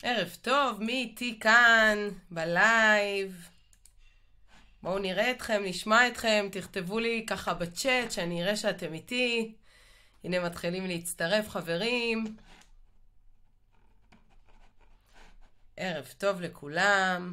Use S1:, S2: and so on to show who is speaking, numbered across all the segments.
S1: ערב טוב, מי איתי כאן בלייב? בואו נראה אתכם, נשמע אתכם, תכתבו לי ככה בצ'אט שאני אראה שאתם איתי. הנה מתחילים להצטרף חברים. ערב טוב לכולם.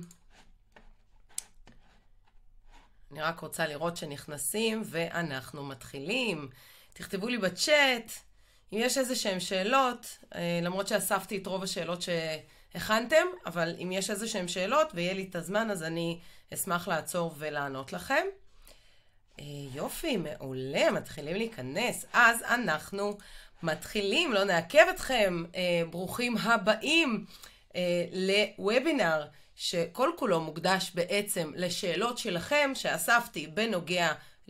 S1: אני רק רוצה לראות שנכנסים ואנחנו מתחילים. תכתבו לי בצ'אט אם יש איזה שהם שאלות, למרות שאספתי את רוב השאלות שהכנתם, אבל אם יש איזה שהם שאלות ויהיה לי את הזמן, אז אני אשמח לעצור ולענות לכם. יופי, מעולה, מתחילים להיכנס. אז אנחנו מתחילים, לא נעכב אתכם. ברוכים הבאים לוובינר שכל כולו מוקדש בעצם לשאלות שלכם שאספתי בנוגע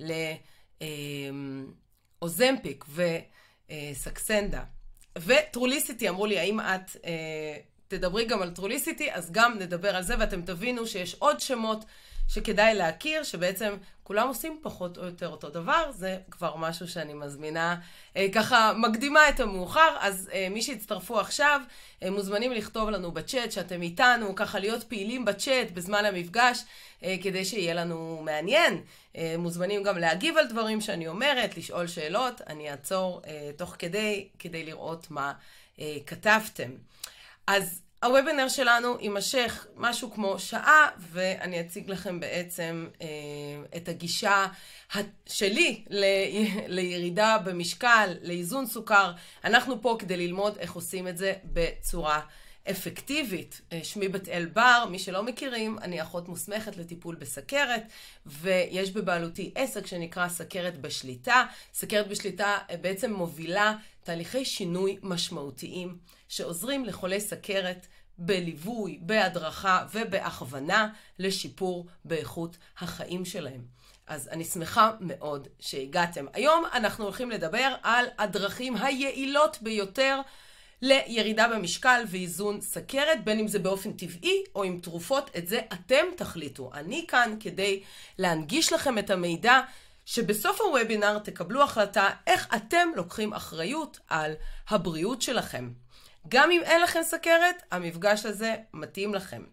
S1: לאוזמפיק וסקסנדה. וטרוליסיטי, אמרו לי, האם את תדברי גם על טרוליסיטי? אז גם נדבר על זה, ואתם תבינו שיש עוד שמות שכדאי להכיר, שבעצם כולם עושים פחות או יותר אותו דבר. זה כבר משהו שאני מזמינה, ככה מקדימה את המאוחר. אז מי שהצטרפו עכשיו, מוזמנים לכתוב לנו בצ'אט שאתם איתנו, ככה להיות פעילים בצ'אט בזמן המפגש, כדי שיהיה לנו מעניין. מוזמנים גם להגיב על דברים שאני אומרת, לשאול שאלות. אני אעצור תוך כדי לראות מה כתבתם. אז הוובינר שלנו יימשך משהו כמו שעה, ואני אציג לכם בעצם את הגישה שלי לירידה במשקל, לאיזון סוכר. אנחנו פה כדי ללמוד איך עושים את זה בצורה אפקטיבית. שמי בת אל בר, מי שלא מכירים, אני אחות מוסמכת לטיפול בסכרת, ויש בבעלותי עסק שנקרא סכרת בשליטה. סכרת בשליטה בעצם מובילה תהליכי שינוי משמעותיים שעוזרים לחולי סכרת בליווי, בהדרכה ובהכוונה לשיפור באיכות החיים שלהם. אז אני שמחה מאוד שהגעתם. היום אנחנו הולכים לדבר על הדרכים היעילות ביותר לירידה במשקל ואיזון סכרת, בין אם זה באופן טבעי או עם תרופות. את זה אתם תחליטו. אני כאן כדי להנגיש לכם את המידע, שבסוף הוובינר תקבלו החלטה איך אתם לוקחים אחריות על הבריאות שלכם. גם אם אין לכם סכרת, המפגש הזה מתאים לכם.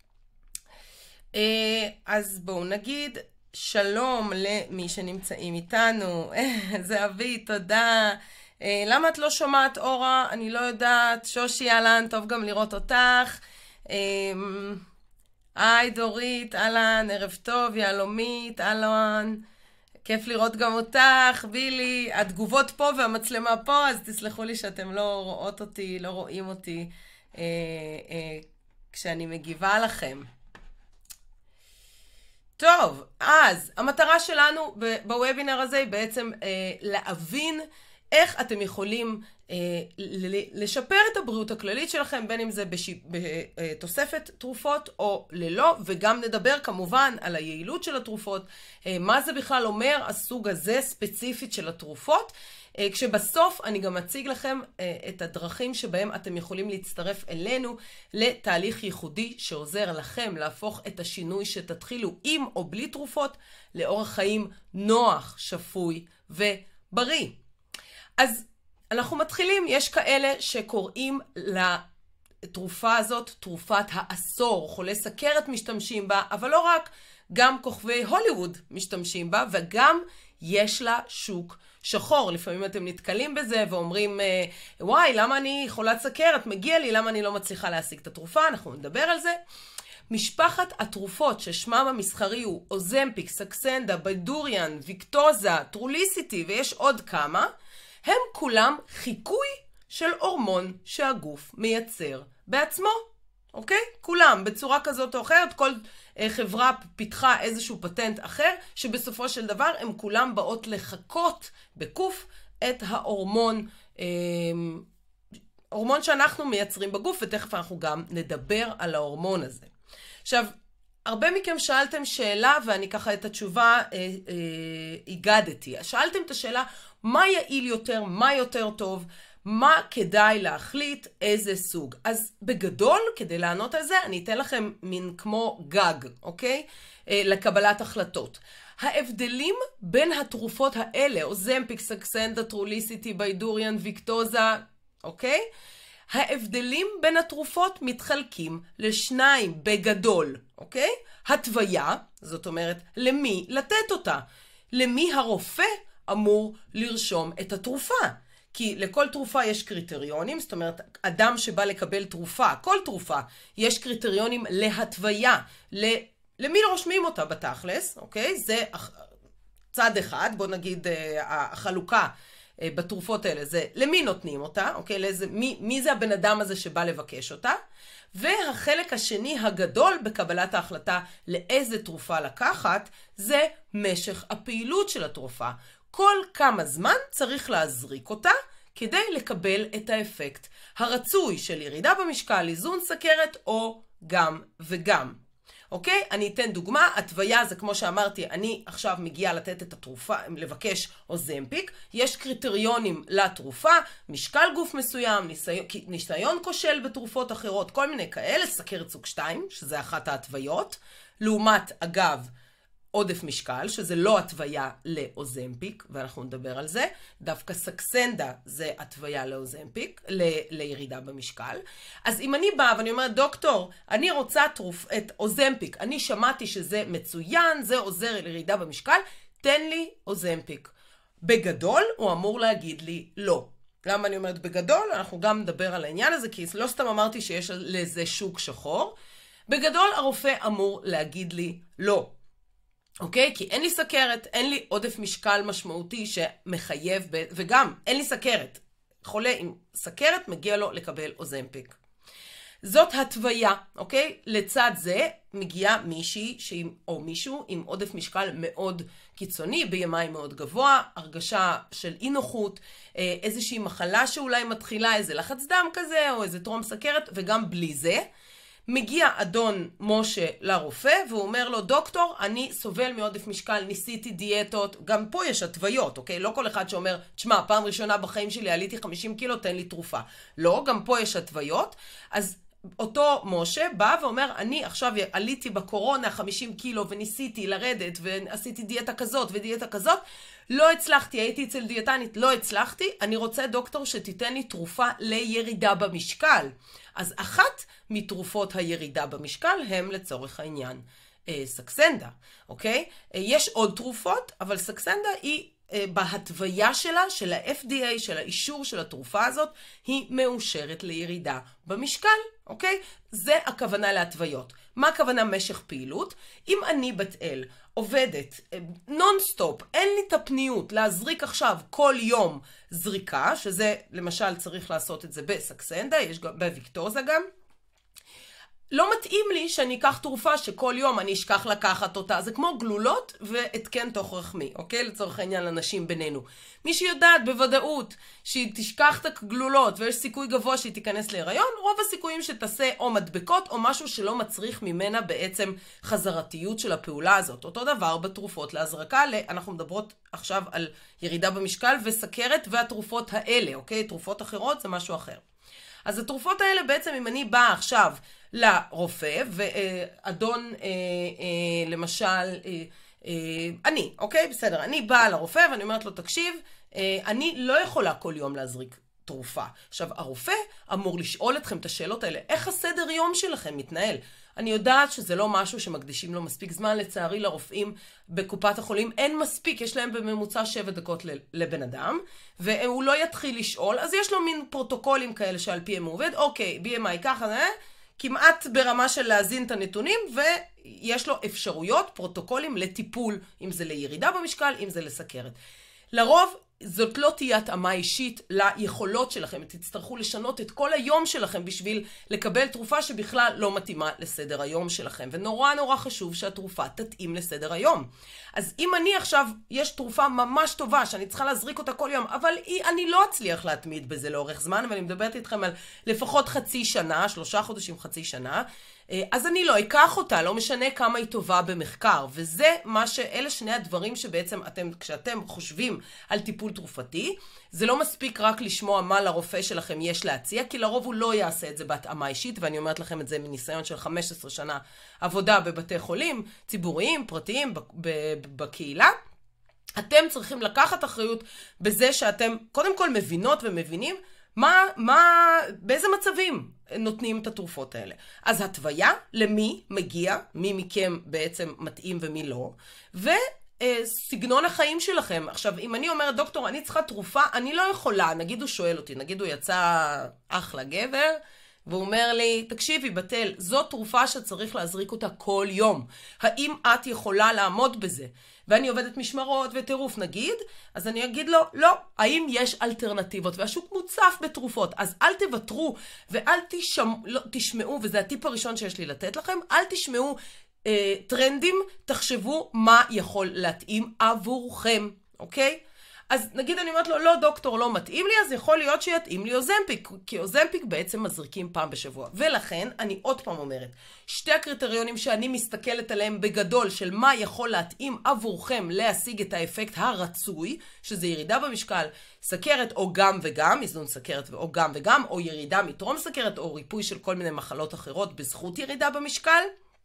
S1: אז בואו נגיד שלום למי שנמצאים איתנו. זהבי, תודה. למה את לא שומעת אורה? אני לא יודעת. שושי, אהלן, טוב גם לראות אותך. היי דורית, אהלן, ערב טוב, יעלומית, אהלן. כיף לראות גם אותך, בילי. התגובות פה והמצלמה פה, אז תסלחו לי שאתם לא רואות אותי, לא רואים אותי כשאני מגיבה לכם. טוב, אז המטרה שלנו בוובינר הזה היא בעצם להבין איך אתם יכולים לשפר את הבריאות הכללית שלכם, בין אם זה בתוספת תרופות או ללא, וגם נדבר כמובן על היעילות של התרופות, מה זה בכלל אומר הסוג הזה ספציפית של התרופות, כשבסוף אני גם אציג לכם את הדרכים שבהם אתם יכולים להצטרף אלינו לתהליך ייחודי שעוזר לכם להפוך את השינוי שתתחילו עם או בלי תרופות לאורח חיים נוח, שפוי ובריא. אז אנחנו מתחילים. יש כאלה שקוראים לתרופה הזאת תרופת העשור. חולי סכרת משתמשים בה, אבל לא רק, גם כוכבי הוליווד משתמשים בה, וגם יש לה שוק שחור. לפעמים אתם נתקלים בזה ואומרים, וואי, למה אני חולת סכרת? מגיע לי, למה אני לא מצליחה להשיג את התרופה? אנחנו נדבר על זה. משפחת התרופות ששמם המסחרי הוא אוזמפיק, סקסנדה, ביידוריאן, ויקטוזה, טרוליסיטי, ויש עוד כמה, הם כולם חיקוי של הורמון שהגוף מייצר בעצמו, אוקיי? כולם בצורה כזאת או אחרת. כל חברה פיתחה איזשהו פטנט אחר, שבסופו של דבר הם כולם באות לחקות בקוף את ההורמון, הורמון שאנחנו מייצרים בגוף, ותכף אנחנו גם נדבר על ההורמון הזה. עכשיו, הרבה מכם שאלתם שאלה, ואני ככה את התשובה הגדתי. שאלתם את השאלה, מה יעיל יותר, מה יותר טוב, מה כדאי להחליט, איזה סוג. אז בגדול, כדי לענות על זה, אני אתן לכם מין כמו גג, אוקיי? לקבלת החלטות. ההבדלים בין התרופות האלה, אוזמפיק, סקסנדה, טרוליסיטי, ביידוריאן, ויקטוזה, אוקיי? ההבדלים בין התרופות מתחלקים לשניים בגדול, אוקיי? התוויה, זאת אומרת, למי לתת אותה? למי הרופא אמור לרשום את התרופה? כי לכל תרופה יש קריטריונים, זאת אומרת, אדם שבא לקבל תרופה, כל תרופה, יש קריטריונים להתוויה, למי רושמים אותה בתכלס, אוקיי? זה צד אחד, בוא נגיד החלוקה בתרופות האלה, זה למי נותנים אותה, אוקיי? מי זה הבן אדם הזה שבא לבקש אותה? והחלק השני הגדול בקבלת ההחלטה לאיזה תרופה לקחת, זה משך הפעילות של התרופה. כל כמה זמן צריך להזריק אותה כדי לקבל את האפקט הרצוי של ירידה במשקל, איזון סכרת או גם וגם. אוקיי? אני אתן דוגמה, התוויה זה כמו שאמרתי, אני עכשיו מגיעה לתת את התרופה, לבקש אוזמפיק, יש קריטריונים לתרופה, משקל גוף מסוים, ניסיון כושל בתרופות אחרות, כל מיני כאלה, סכרת סוג 2, שזה אחת ההתוויות, לעומת אגב, עודף משקל, שזה לא התוויה לאוזמפיק, ואנחנו נדבר על זה. דווקא סקסנדה זה התוויה לאוזמפיק, לירידה במשקל. אז אם אני באה ואני אומרת, דוקטור, אני רוצה את אוזמפיק, אני שמעתי שזה מצוין, זה עוזר לירידה במשקל, תן לי אוזמפיק. בגדול, הוא אמור להגיד לי לא. למה אני אומרת בגדול? אנחנו גם נדבר על העניין הזה, כי לא סתם אמרתי שיש לזה שוק שחור. בגדול, הרופא אמור להגיד לי לא. אוקיי? כי אין לי סכרת, אין לי עודף משקל משמעותי שמחייב, וגם אין לי סכרת. חולה עם סכרת מגיע לו לקבל אוזמפיק. זאת התוויה, אוקיי? לצד זה מגיעה מישהי או מישהו עם עודף משקל מאוד קיצוני, בימיים מאוד גבוה, הרגשה של אי נוחות, איזושהי מחלה שאולי מתחילה, איזה לחץ דם כזה, או איזה טרום סכרת, וגם בלי זה. מגיע אדון משה לרופא והוא אומר לו, דוקטור, אני סובל מעודף משקל, ניסיתי דיאטות, גם פה יש התוויות, אוקיי? לא כל אחד שאומר, תשמע, פעם ראשונה בחיים שלי עליתי 50 קילו, תן לי תרופה. לא, גם פה יש התוויות. אז אותו משה בא ואומר, אני עכשיו עליתי בקורונה 50 קילו וניסיתי לרדת ועשיתי דיאטה כזאת ודיאטה כזאת, לא הצלחתי, הייתי אצל דיאטנית, לא הצלחתי, אני רוצה דוקטור שתיתן לי תרופה לירידה במשקל. אז אחת מתרופות הירידה במשקל הם לצורך העניין סקסנדה, אוקיי? יש עוד תרופות, אבל סקסנדה היא בהתוויה שלה, של ה-FDA, של האישור של התרופה הזאת, היא מאושרת לירידה במשקל, אוקיי? זה הכוונה להתוויות. מה הכוונה משך פעילות? אם אני בת אל עובדת נונסטופ, אין לי את הפניות להזריק עכשיו כל יום זריקה, שזה למשל צריך לעשות את זה בסקסנדה, יש גם בוויקטוזה גם, לא מתאים לי שאני אקח תרופה שכל יום אני אשכח לקחת אותה. זה כמו גלולות והתקן תוך רחמי, אוקיי? לצורך העניין לנשים בינינו. מי שיודעת בוודאות שהיא תשכח את הגלולות ויש סיכוי גבוה שהיא תיכנס להיריון, רוב הסיכויים שתעשה או מדבקות או משהו שלא מצריך ממנה בעצם חזרתיות של הפעולה הזאת. אותו דבר בתרופות להזרקה, אנחנו מדברות עכשיו על ירידה במשקל וסכרת והתרופות האלה, אוקיי? תרופות אחרות זה משהו אחר. אז התרופות האלה בעצם אם אני באה עכשיו לרופא, ואדון למשל, אני, אוקיי? בסדר, אני באה לרופא ואני אומרת לו, תקשיב, אני לא יכולה כל יום להזריק תרופה. עכשיו, הרופא אמור לשאול אתכם את השאלות האלה, איך הסדר יום שלכם מתנהל? אני יודעת שזה לא משהו שמקדישים לו מספיק זמן, לצערי לרופאים בקופת החולים אין מספיק, יש להם בממוצע 7 דקות לבן אדם, והוא לא יתחיל לשאול, אז יש לו מין פרוטוקולים כאלה שעל פיהם הוא עובד, אוקיי, BMI ככה, כמעט ברמה של להזין את הנתונים, ויש לו אפשרויות, פרוטוקולים לטיפול, אם זה לירידה במשקל, אם זה לסכרת. לרוב, זאת לא תהיה התאמה אישית ליכולות שלכם, תצטרכו לשנות את כל היום שלכם בשביל לקבל תרופה שבכלל לא מתאימה לסדר היום שלכם, ונורא נורא חשוב שהתרופה תתאים לסדר היום. אז אם אני עכשיו, יש תרופה ממש טובה שאני צריכה להזריק אותה כל יום, אבל אני לא אצליח להתמיד בזה לאורך זמן, ואני מדברת איתכם על לפחות חצי שנה, 3 חודשים, חצי שנה, אז אני לא אקח אותה, לא משנה כמה היא טובה במחקר, וזה אלה שני הדברים שבעצם כשאתם חושבים על טיפול תרופתי, זה לא מספיק רק לשמוע מה לרופא שלכם יש להציע, כי לרוב הוא לא יעשה את זה בהתאמה אישית, ואני אומרת לכם את זה מניסיון של 15 שנה עבודה בבתי חולים, ציבוריים, פרטיים, בקהילה. אתם צריכים לקחת אחריות בזה שאתם קודם כל מבינות ומבינים באיזה מצבים נותנים את התרופות האלה. אז התוויה למי מגיע, מי מכם בעצם מתאים ומי לא, וסגנון החיים שלכם. עכשיו, אם אני אומרת, דוקטור, אני צריכה תרופה, אני לא יכולה, נגיד הוא שואל אותי, נגיד הוא יצא אחלה גבר, והוא אומר לי, תקשיבי בתל, זו תרופה שצריך להזריק אותה כל יום. האם את יכולה לעמוד בזה? ואני עובדת משמרות וטירוף נגיד, אז אני אגיד לו, לא, האם יש אלטרנטיבות? והשוק מוצף בתרופות, אז אל תוותרו ואל תשמעו, וזה הטיפ הראשון שיש לי לתת לכם, אל תשמעו טרנדים, תחשבו מה יכול להתאים עבורכם, אוקיי? אז נגיד אני אומרת לו, לא דוקטור, לא מתאים לי, אז יכול להיות שיתאים לי אוזמפיק, כי אוזמפיק בעצם מזריקים פעם בשבוע. ולכן, אני עוד פעם אומרת, שתי הקריטריונים שאני מסתכלת עליהם בגדול, של מה יכול להתאים עבורכם להשיג את האפקט הרצוי, שזה ירידה במשקל, סכרת או גם וגם, איזון סכרת או גם וגם, או ירידה מטרום סכרת, או ריפוי של כל מיני מחלות אחרות בזכות ירידה במשקל,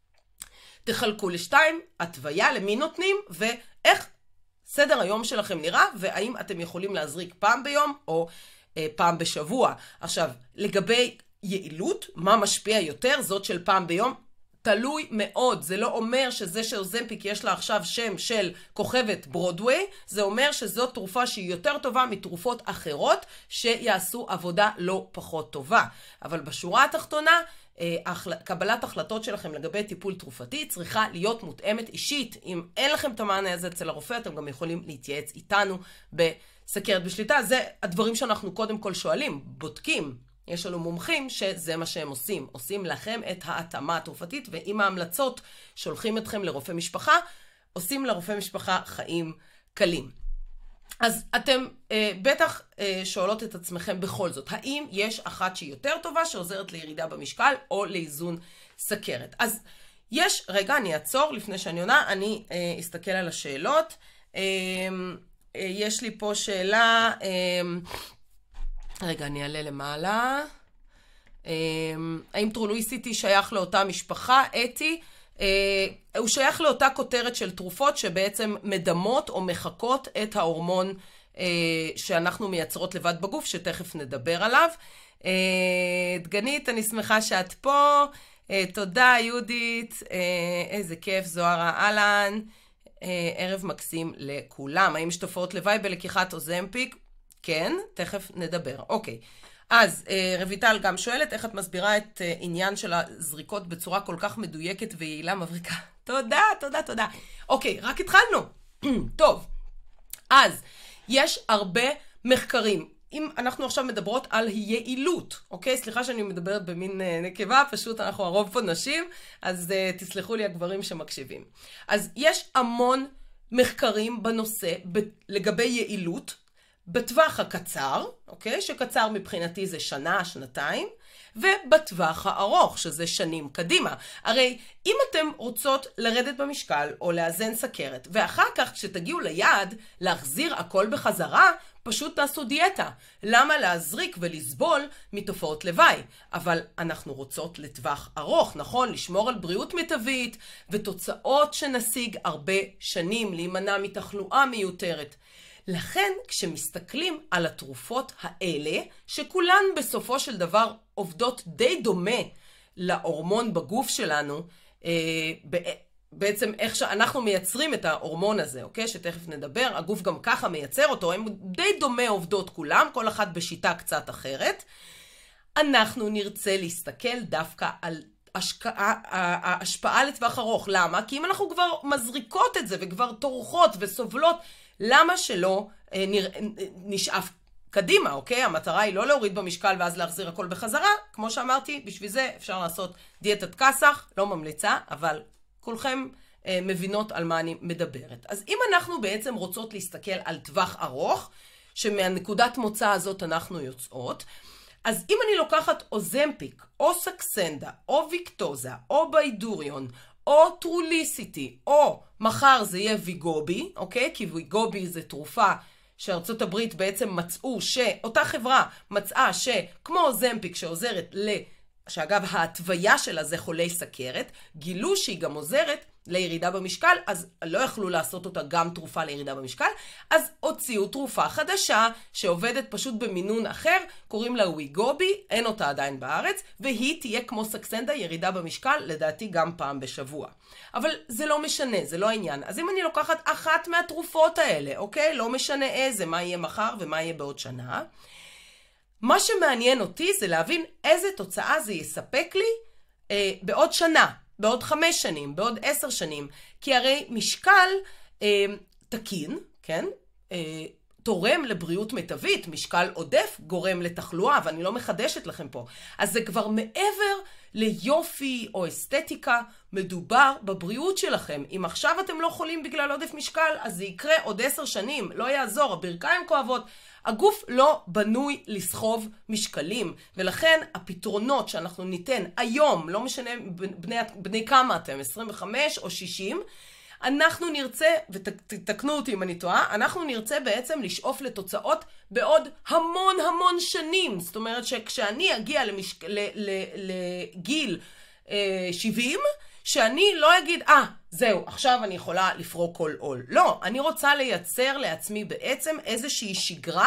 S1: תחלקו לשתיים, התוויה למי נותנים, ואיך סדר היום שלכם נראה, והאם אתם יכולים להזריק פעם ביום או פעם בשבוע. עכשיו, לגבי יעילות, מה משפיע יותר? זאת של פעם ביום? תלוי מאוד. זה לא אומר שזה שאוזמפיק יש לה עכשיו שם של כוכבת ברודווי, זה אומר שזאת תרופה שהיא יותר טובה מתרופות אחרות שיעשו עבודה לא פחות טובה. אבל בשורה התחתונה, קבלת החלטות שלכם לגבי טיפול תרופתי צריכה להיות מותאמת אישית. אם אין לכם את המענה הזה אצל הרופא, אתם גם יכולים להתייעץ איתנו בסכרת בשליטה. זה הדברים שאנחנו קודם כל שואלים, בודקים. יש לנו מומחים שזה מה שהם עושים. עושים לכם את ההתאמה התרופתית, ועם ההמלצות שולחים אתכם לרופא משפחה, עושים לרופא משפחה חיים קלים. אז אתם בטח שואלות את עצמכם בכל זאת, האם יש אחת שהיא יותר טובה שעוזרת לירידה במשקל או לאיזון סכרת? אז יש, רגע אני אעצור לפני שאני עונה, אני אסתכל על השאלות. יש לי פה שאלה, רגע אני אעלה למעלה. האם טרולוסיטי שייך לאותה משפחה? אתי, הוא שייך לאותה כותרת של תרופות שבעצם מדמות או מחקות את ההורמון שאנחנו מייצרות לבד בגוף, שתכף נדבר עליו. דגנית, אני שמחה שאת פה. תודה, יהודית. איזה כיף, זוהרה אהלן. ערב מקסים לכולם. האם יש תופעות לוואי בלקיחת אוזמפיק? כן, תכף נדבר. אוקיי. אז רויטל גם שואלת, איך את מסבירה את עניין של הזריקות בצורה כל כך מדויקת ויעילה מבריקה? תודה, תודה, תודה. אוקיי, רק התחלנו. טוב, אז יש הרבה מחקרים. אם אנחנו עכשיו מדברות על יעילות, אוקיי? סליחה שאני מדברת במין נקבה, פשוט אנחנו הרוב פה נשים, אז תסלחו לי הגברים שמקשיבים. אז יש המון מחקרים בנושא לגבי יעילות, בטווח הקצר, אוקיי? שקצר מבחינתי זה שנה, שנתיים, ובטווח הארוך, שזה שנים קדימה. הרי אם אתם רוצות לרדת במשקל או לאזן סכרת, ואחר כך כשתגיעו ליעד להחזיר הכל בחזרה, פשוט תעשו דיאטה. למה להזריק ולסבול מתופעות לוואי? אבל אנחנו רוצות לטווח ארוך, נכון? לשמור על בריאות מיטבית ותוצאות שנשיג הרבה שנים, להימנע מתחלואה מיותרת. לכן, כשמסתכלים על התרופות האלה, שכולן בסופו של דבר עובדות די דומה להורמון בגוף שלנו, בעצם איך שאנחנו מייצרים את ההורמון הזה, אוקיי? שתכף נדבר, הגוף גם ככה מייצר אותו, הם די דומה עובדות כולם, כל אחת בשיטה קצת אחרת. אנחנו נרצה להסתכל דווקא על ההשפעה לטווח ארוך. למה? כי אם אנחנו כבר מזריקות את זה וכבר תורכות וסובלות, למה שלא נשאף קדימה, אוקיי? המטרה היא לא להוריד במשקל ואז להחזיר הכל בחזרה. כמו שאמרתי, בשביל זה אפשר לעשות דיאטת קסח, לא ממליצה, אבל כולכם מבינות על מה אני מדברת. אז אם אנחנו בעצם רוצות להסתכל על טווח ארוך, שמהנקודת מוצא הזאת אנחנו יוצאות, אז אם אני לוקחת אוזמפיק, או סקסנדה, או ויקטוזה, או ביידוריון, או טרוליסיטי, או מחר זה יהיה ויגובי, אוקיי? כי ויגובי זה תרופה שארצות הברית בעצם מצאו שאותה חברה מצאה שכמו אוזמפיק שעוזרת שאגב ההתוויה שלה זה חולי סכרת, גילו שהיא גם עוזרת לירידה במשקל, אז לא יכלו לעשות אותה גם תרופה לירידה במשקל, אז הוציאו תרופה חדשה שעובדת פשוט במינון אחר, קוראים לה ויגובי, אין אותה עדיין בארץ, והיא תהיה כמו סקסנדה ירידה במשקל, לדעתי גם פעם בשבוע. אבל זה לא משנה, זה לא העניין. אז אם אני לוקחת אחת מהתרופות האלה, אוקיי? לא משנה איזה, מה יהיה מחר ומה יהיה בעוד שנה. מה שמעניין אותי זה להבין איזה תוצאה זה יספק לי בעוד שנה, בעוד 5 שנים, בעוד 10 שנים. כי הרי משקל תקין, כן? תורם לבריאות מיטבית, משקל עודף גורם לתחלואה, ואני לא מחדשת לכם פה. אז זה כבר מעבר ליופי או אסתטיקה, מדובר בבריאות שלכם. אם עכשיו אתם לא חולים בגלל עודף משקל, אז זה יקרה עוד 10 שנים, לא יעזור, הברכיים כואבות. הגוף לא בנוי לסחוב משקלים, ולכן הפתרונות שאנחנו ניתן היום, לא משנה בני כמה אתם, 25 או 60, אנחנו נרצה, ותתקנו אותי אם אני טועה, אנחנו נרצה בעצם לשאוף לתוצאות בעוד המון המון שנים. זאת אומרת שכשאני אגיע לגיל 70, שאני לא אגיד, זהו, עכשיו אני יכולה לפרוק כל עול. לא, אני רוצה לייצר לעצמי בעצם איזושהי שגרה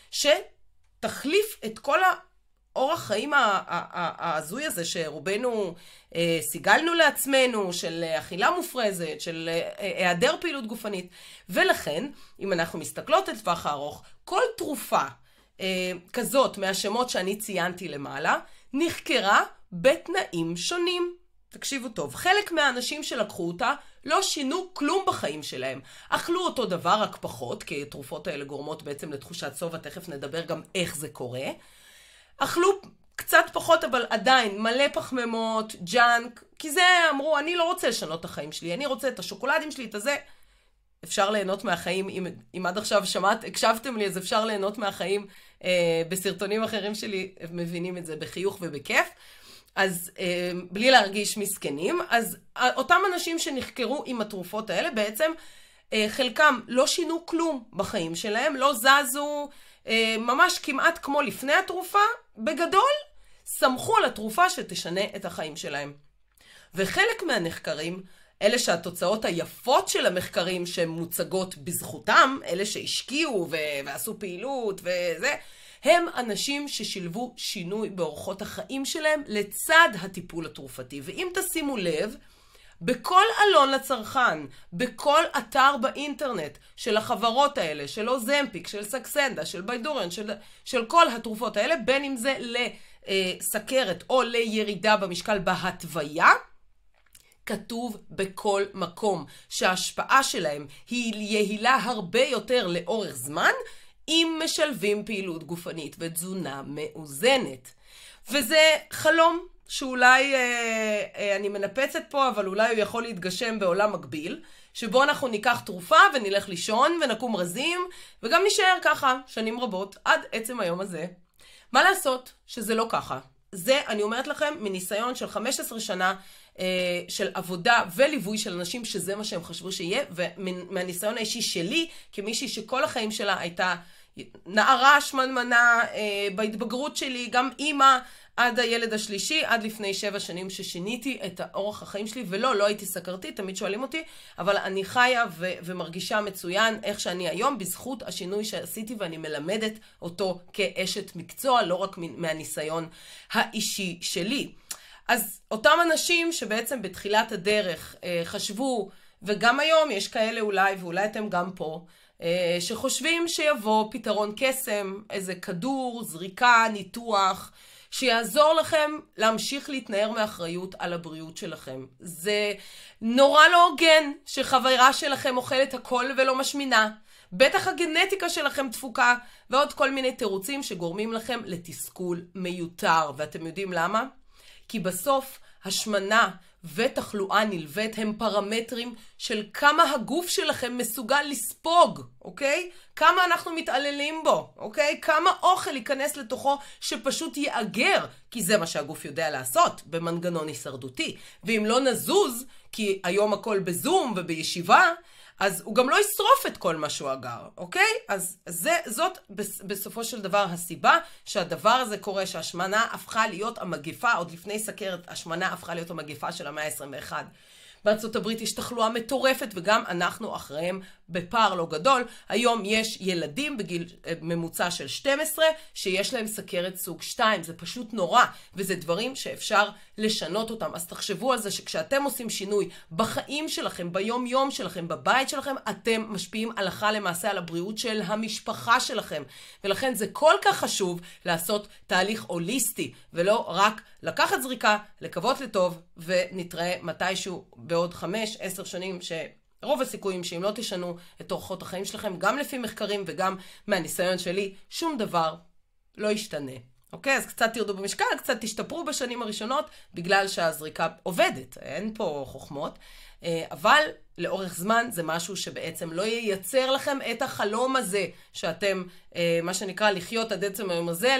S1: שתחליף את כל האורח חיים הזוי הזה שרובנו סיגלנו לעצמנו, של אכילה מופרזת, של היעדר פעילות גופנית. ולכן, אם אנחנו מסתכלות על טווח הארוך, כל תרופה כזאת מהשמות שאני ציינתי למעלה, נחקרה בתנאים שונים. תקשיבו טוב, חלק מהאנשים שלקחו אותה לא שינו כלום בחיים שלהם. אכלו אותו דבר רק פחות, כי התרופות האלה גורמות בעצם לתחושת סובה, תכף נדבר גם איך זה קורה. אכלו קצת פחות, אבל עדיין מלא פחמימות, ג'אנק, כי זה אמרו, אני לא רוצה לשנות את החיים שלי, אני רוצה את השוקולדים שלי, את הזה. אפשר ליהנות מהחיים, אם עד עכשיו הקשבתם לי, אז אפשר ליהנות מהחיים בסרטונים אחרים שלי, מבינים את זה בחיוך ובכיף. אז בלי להרגיש מסכנים, אז אותם אנשים שנחקרו עם התרופות האלה, בעצם חלקם לא שינו כלום בחיים שלהם, לא זזו ממש כמעט כמו לפני התרופה, בגדול, סמכו על התרופה שתשנה את החיים שלהם. וחלק מהנחקרים, אלה שהתוצאות היפות של המחקרים שמוצגות בזכותם, אלה שהשקיעו ועשו פעילות וזה, הם אנשים ששילבו שינוי באורחות החיים שלהם לצד הטיפול התרופתי. ואם תשימו לב, בכל אלון לצרכן, בכל אתר באינטרנט של החברות האלה, של אוזמפיק, של סקסנדה, של ביידורן, של כל התרופות האלה, בין אם זה לסכרת או לירידה במשקל בהתוויה, כתוב בכל מקום שההשפעה שלהם היא יעילה הרבה יותר לאורך זמן, אם משלבים פעילות גופנית ותזונה מאוזנת. וזה חלום שאולי אני מנפצת פה, אבל אולי הוא יכול להתגשם בעולם מקביל, שבו אנחנו ניקח תרופה ונלך לישון ונקום רזים, וגם נשאר ככה שנים רבות עד עצם היום הזה. מה לעשות שזה לא ככה? זה, אני אומרת לכם, מניסיון של 15 שנה של עבודה וליווי של אנשים שזה מה שהם חשבו שיהיה, ומהניסיון האישי שלי, כמישהי שכל החיים שלה הייתה נערה שמנמנה, בהתבגרות שלי, גם אימא עד הילד השלישי, עד לפני 7 שנים ששיניתי את האורח החיים שלי, ולא הייתי סכרתית, תמיד שואלים אותי, אבל אני חיה ומרגישה מצוין איך שאני היום, בזכות השינוי שעשיתי, ואני מלמדת אותו כאשת מקצוע, לא רק מהניסיון האישי שלי. אז אותם אנשים שבעצם בתחילת הדרך חשבו, וגם היום יש כאלה אולי, ואולי אתם גם פה, שחושבים שיבוא פתרון קסם, איזה כדור, זריקה, ניתוח, שיעזור לכם להמשיך להתנער מאחריות על הבריאות שלכם. זה נורא לא הוגן שחברה שלכם אוכלת הכל ולא משמינה. בטח הגנטיקה שלכם דפוקה, ועוד כל מיני תירוצים שגורמים לכם לתסכול מיותר. ואתם יודעים למה? כי בסוף השמנה ותחלואה נלווית הם פרמטרים של כמה הגוף שלכם מסוגל לספוג, אוקיי? כמה אנחנו מתעללים בו, אוקיי? כמה אוכל ייכנס לתוכו שפשוט יאגר, כי זה מה שהגוף יודע לעשות במנגנון הישרדותי. ואם לא נזוז, כי היום הכל בזום ובישיבה, אז הוא גם לא ישרוף את כל מה שהוא אגר, אוקיי? אז זאת בסופו של דבר הסיבה שהדבר הזה קורה, שהשמנה הפכה להיות המגפה, עוד לפני סכרת, השמנה הפכה להיות המגפה של המאה ה-21. בארצות הברית יש תחלואה מטורפת, וגם אנחנו אחריהם בפער לא גדול. היום יש ילדים בגיל ממוצע של 12 שיש להם סכרת סוג 2. זה פשוט נורא, וזה דברים שאפשר לשנות אותם. אז תחשבו על זה שכשאתם עושים שינוי בחיים שלכם, ביום יום שלכם, בבית שלכם, אתם משפיעים הלכה למעשה על הבריאות של המשפחה שלכם. ולכן זה כל כך חשוב לעשות תהליך הוליסטי, ולא רק לקחת זריקה, לקוות לטוב, ונתראה מתישהו בעוד 5-10 שנים רוב הסיכויים שאם לא תשנו את אורחות החיים שלכם, גם לפי מחקרים וגם מהניסיון שלי, שום דבר לא ישתנה. אוקיי? אז קצת תרדו במשקל, קצת תשתפרו בשנים הראשונות, בגלל שהזריקה עובדת. אין פה חוכמות. אבל לאורך זמן זה משהו שבעצם לא ייצר לכם את החלום הזה, שאתם, מה שנקרא, לחיות עד עצם היום הזה,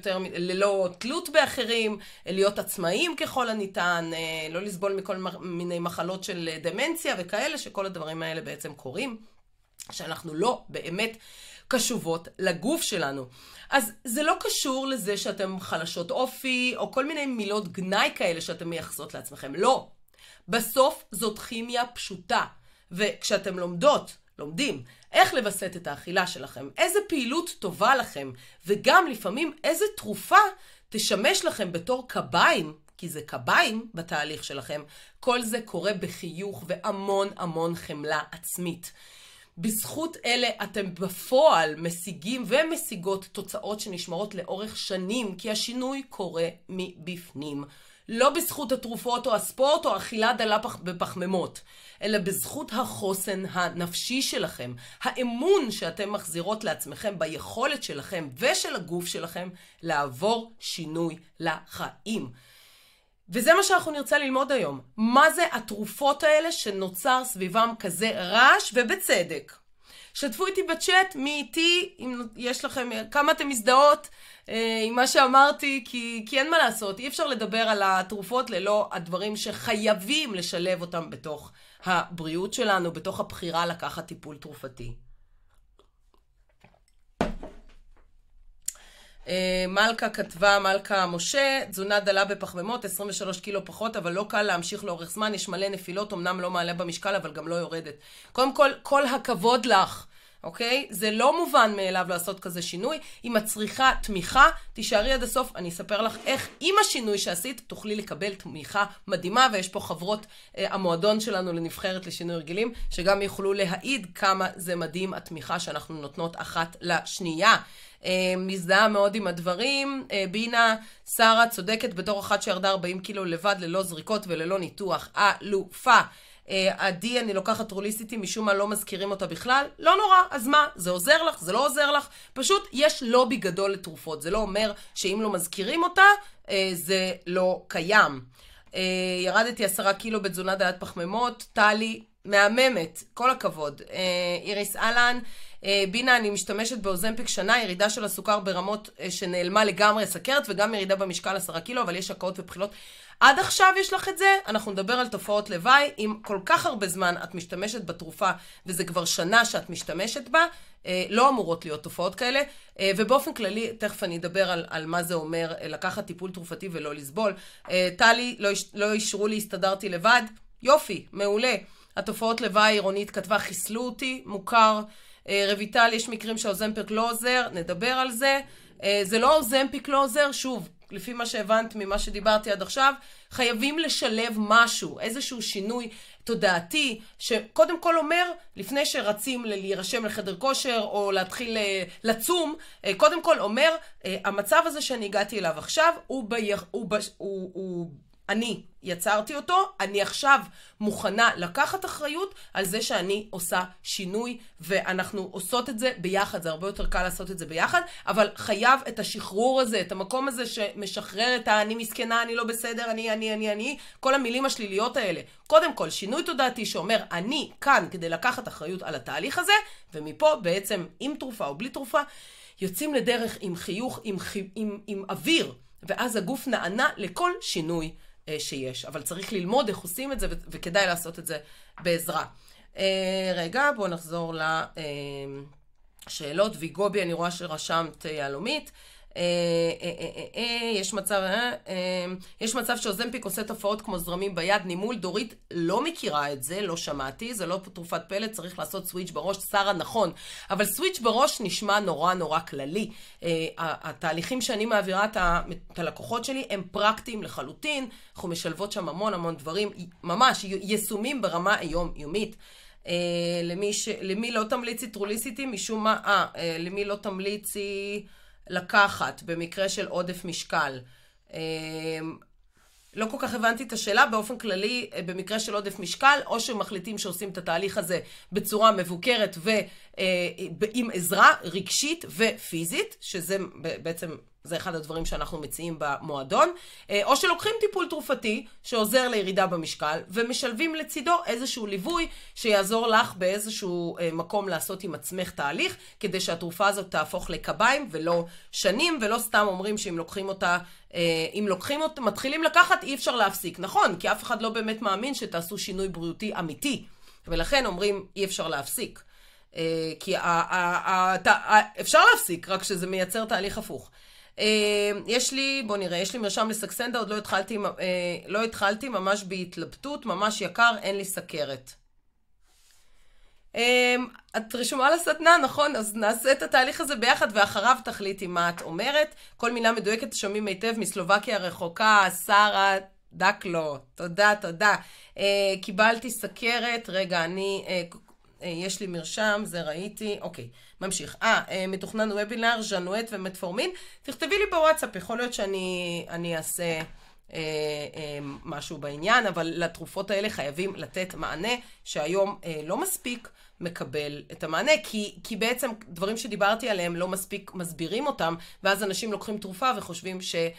S1: ללא תלות באחרים, להיות עצמאיים ככל הניתן, לא לסבול מכל מיני מחלות של דמנציה וכאלה, שכל הדברים האלה בעצם קורים, שאנחנו לא באמת קשובות לגוף שלנו. אז זה לא קשור לזה שאתם חלשות אופי, או כל מיני מילות גנאי כאלה שאתם מייחסות לעצמכם. לא. בסוף זאת כימיה פשוטה. וכשאתם לומדים איך לבסט את האכילה שלכם, איזה פעילות טובה לכם, וגם לפעמים איזה תרופה תשמש לכם בתור קביים, כי זה קביים בתהליך שלכם, כל זה קורה בחיוך והמון המון חמלה עצמית. בזכות אלה אתם בפועל משיגים ומשיגות תוצאות שנשמרות לאורך שנים, כי השינוי קורה מבפנים. לא בזכות התרופות או הספורט או אכילה דלה בפחמימות, אלא בזכות החוסן הנפשי שלכם, האמון שאתם מחזירות לעצמכם ביכולת שלכם ושל הגוף שלכם לעבור שינוי לחיים. וזה מה שאנחנו נרצה ללמוד היום. מה זה התרופות האלה שנוצר סביבם כזה רעש ובצדק? שתפו איתי בצ'אט, מי איתי, אם יש לכם, כמה אתם מזדהות עם מה שאמרתי, כי אין מה לעשות. אי אפשר לדבר על התרופות ללא הדברים שחייבים לשלב אותם בתוך הבריאות שלנו, בתוך הבחירה לקחת טיפול תרופתי. מלכה כתבה, מלכה משה, תזונה דלה בפחמימות, 23 קילו פחות, אבל לא קל להמשיך לאורך זמן, יש מלא נפילות, אמנם לא מעלה במשקל, אבל גם לא יורדת. קודם כל הכבוד לך, אוקיי? זה לא מובן מאליו לעשות כזה שינוי. אם את צריכה תמיכה, תישארי עד הסוף, אני אספר לך איך עם השינוי שעשית, תוכלי לקבל תמיכה מדהימה, ויש פה חברות המועדון שלנו לנבחרת לשינוי רגילים, שגם יוכלו להעיד כמה זה מדהים התמיכה שאנחנו נותנות אחת לשנייה. מזדהה מאוד עם הדברים. בינה, שרה צודקת בתור אחת שירדה 40 קילו לבד ללא זריקות וללא ניתוח. אלופה. עדי, אני לוקחת טרוליסיטי, משום מה לא מזכירים אותה בכלל. לא נורא, אז מה? זה עוזר לך? זה לא עוזר לך? פשוט יש לובי גדול לתרופות. זה לא אומר שאם לא מזכירים אותה, זה לא קיים. ירדתי 10 קילו בתזונה דלת פחמימות. טלי, מהממת, כל הכבוד. איריס אלן, בינה, אני משתמשת באוזמפיק שנה, ירידה של הסוכר ברמות שנעלמה לגמרי הסכרת, וגם ירידה במשקל 10 קילו, אבל יש הקאות ובחילות. עד עכשיו יש לך את זה, אנחנו נדבר על תופעות לוואי. אם כל כך הרבה זמן את משתמשת בתרופה, וזה כבר שנה שאת משתמשת בה, לא אמורות להיות תופעות כאלה, ובאופן כללי, תכף אני אדבר על מה זה אומר לקחת טיפול תרופתי ולא לסבול. טלי, לא אישרו לי, הסתדרתי לבד. יופי, מעולה. התופעות לוואי עירונית כתבה, חיסלו אותי, מוכר. רויטל, יש מקרים שהאוזמפיק לא עוזר, נדבר על זה. זה לא האוזמפיק לא עוזר, שוב, לפי מה שהבנת ממה שדיברתי עד עכשיו, חייבים לשלב משהו, איזשהו שינוי תודעתי, שקודם כל אומר, לפני שרצים להירשם לחדר כושר או להתחיל לצום, קודם כל אומר, המצב הזה שאני הגעתי אליו עכשיו, אני יצרתי אותו, אני עכשיו מוכנה לקחת אחריות על זה שאני עושה שינוי, ואנחנו עושות את זה ביחד, זה הרבה יותר קל לעשות את זה ביחד, אבל חייב את השחרור הזה, את המקום הזה שמשחרר את אני מסכנה, אני לא בסדר, אני, כל המילים השליליות האלה. קודם כל, שינוי תודעתי שאומר, אני כאן כדי לקחת אחריות על התהליך הזה, ומפה בעצם עם תרופה או בלי תרופה, יוצאים לדרך עם חיוך, עם אוויר, ואז הגוף נענה לכל שינוי שיש, אבל צריך ללמוד איך עושים את זה, וכדאי לעשות את זה בעזרה. רגע, בואו נחזור לשאלות. ויגובי, אני רואה שרשמת יהלומית. יש מצב שאוזמפיק עושה תופעות כמו זרמים ביד, נימול. דורית לא מכירה את זה, לא שמעתי, זה לא תרופת פלט, צריך לעשות סוויץ' בראש. שרה, נכון, אבל סוויץ' בראש נשמע נורא נורא כללי. התהליכים שאני מעבירה את הלקוחות שלי הם פרקטיים לחלוטין, אנחנו משלבות שם המון דברים, ממש יישומים ברמה היומיומית. למי לא תמליצי טרוליסיטי? משום מה, למי לא תמליצי לקחת במקרה של עודף משקל? לא כל כך הבנתי את השאלה. באופן כללי, במקרה של עודף משקל, או שמחליטים שעושים את התהליך הזה בצורה מבוקרת ועם עזרה רגשית ופיזית, שזה בעצם זה אחד הדברים שאנחנו מציעים במועדון, או שלוקחים טיפול תרופתי שעוזר לירידה במשקל, ומשלבים לצידו איזשהו ליווי שיעזור לך באיזשהו מקום לעשות עם עצמך תהליך, כדי שהתרופה הזאת תהפוך לקביים ולא שנים, ולא סתם אומרים שאם לוקחים אותה, מתחילים לקחת, אי אפשר להפסיק. נכון, כי אף אחד לא באמת מאמין שתעשו שינוי בריאותי אמיתי, ולכן אומרים אי אפשר להפסיק. כי אפשר להפסיק, רק שזה מייצר תהליך הפוך. יש לי מרשם לסקסנדה, עוד לא התחלתי, ממש בהתלבטות, ממש יקר, אין לי סכרת. את רשומה לסדנה, נכון? אז נעשה את התהליך הזה ביחד, ואחריו תחליטי מה את אומרת. כל מילה מדויקת שומעים היטב, מסלובקיה רחוקה, שרה דקלו, תודה. קיבלתי סכרת, רגע, יש לי מרשם, זה ראיתי, אוקיי, ממשיך. מתוכנן וובינר, ז'נואט ומטפורמין. תכתבי לי בוואטסאפ, יכול להיות שאני אעשה משהו בעניין, אבל לתרופות האלה חייבים לתת מענה, שהיום לא מספיק מקבל את המענה, כי בעצם דברים שדיברתי עליהם לא מספיק מסבירים אותם, ואז אנשים לוקחים תרופה וחושבים שהם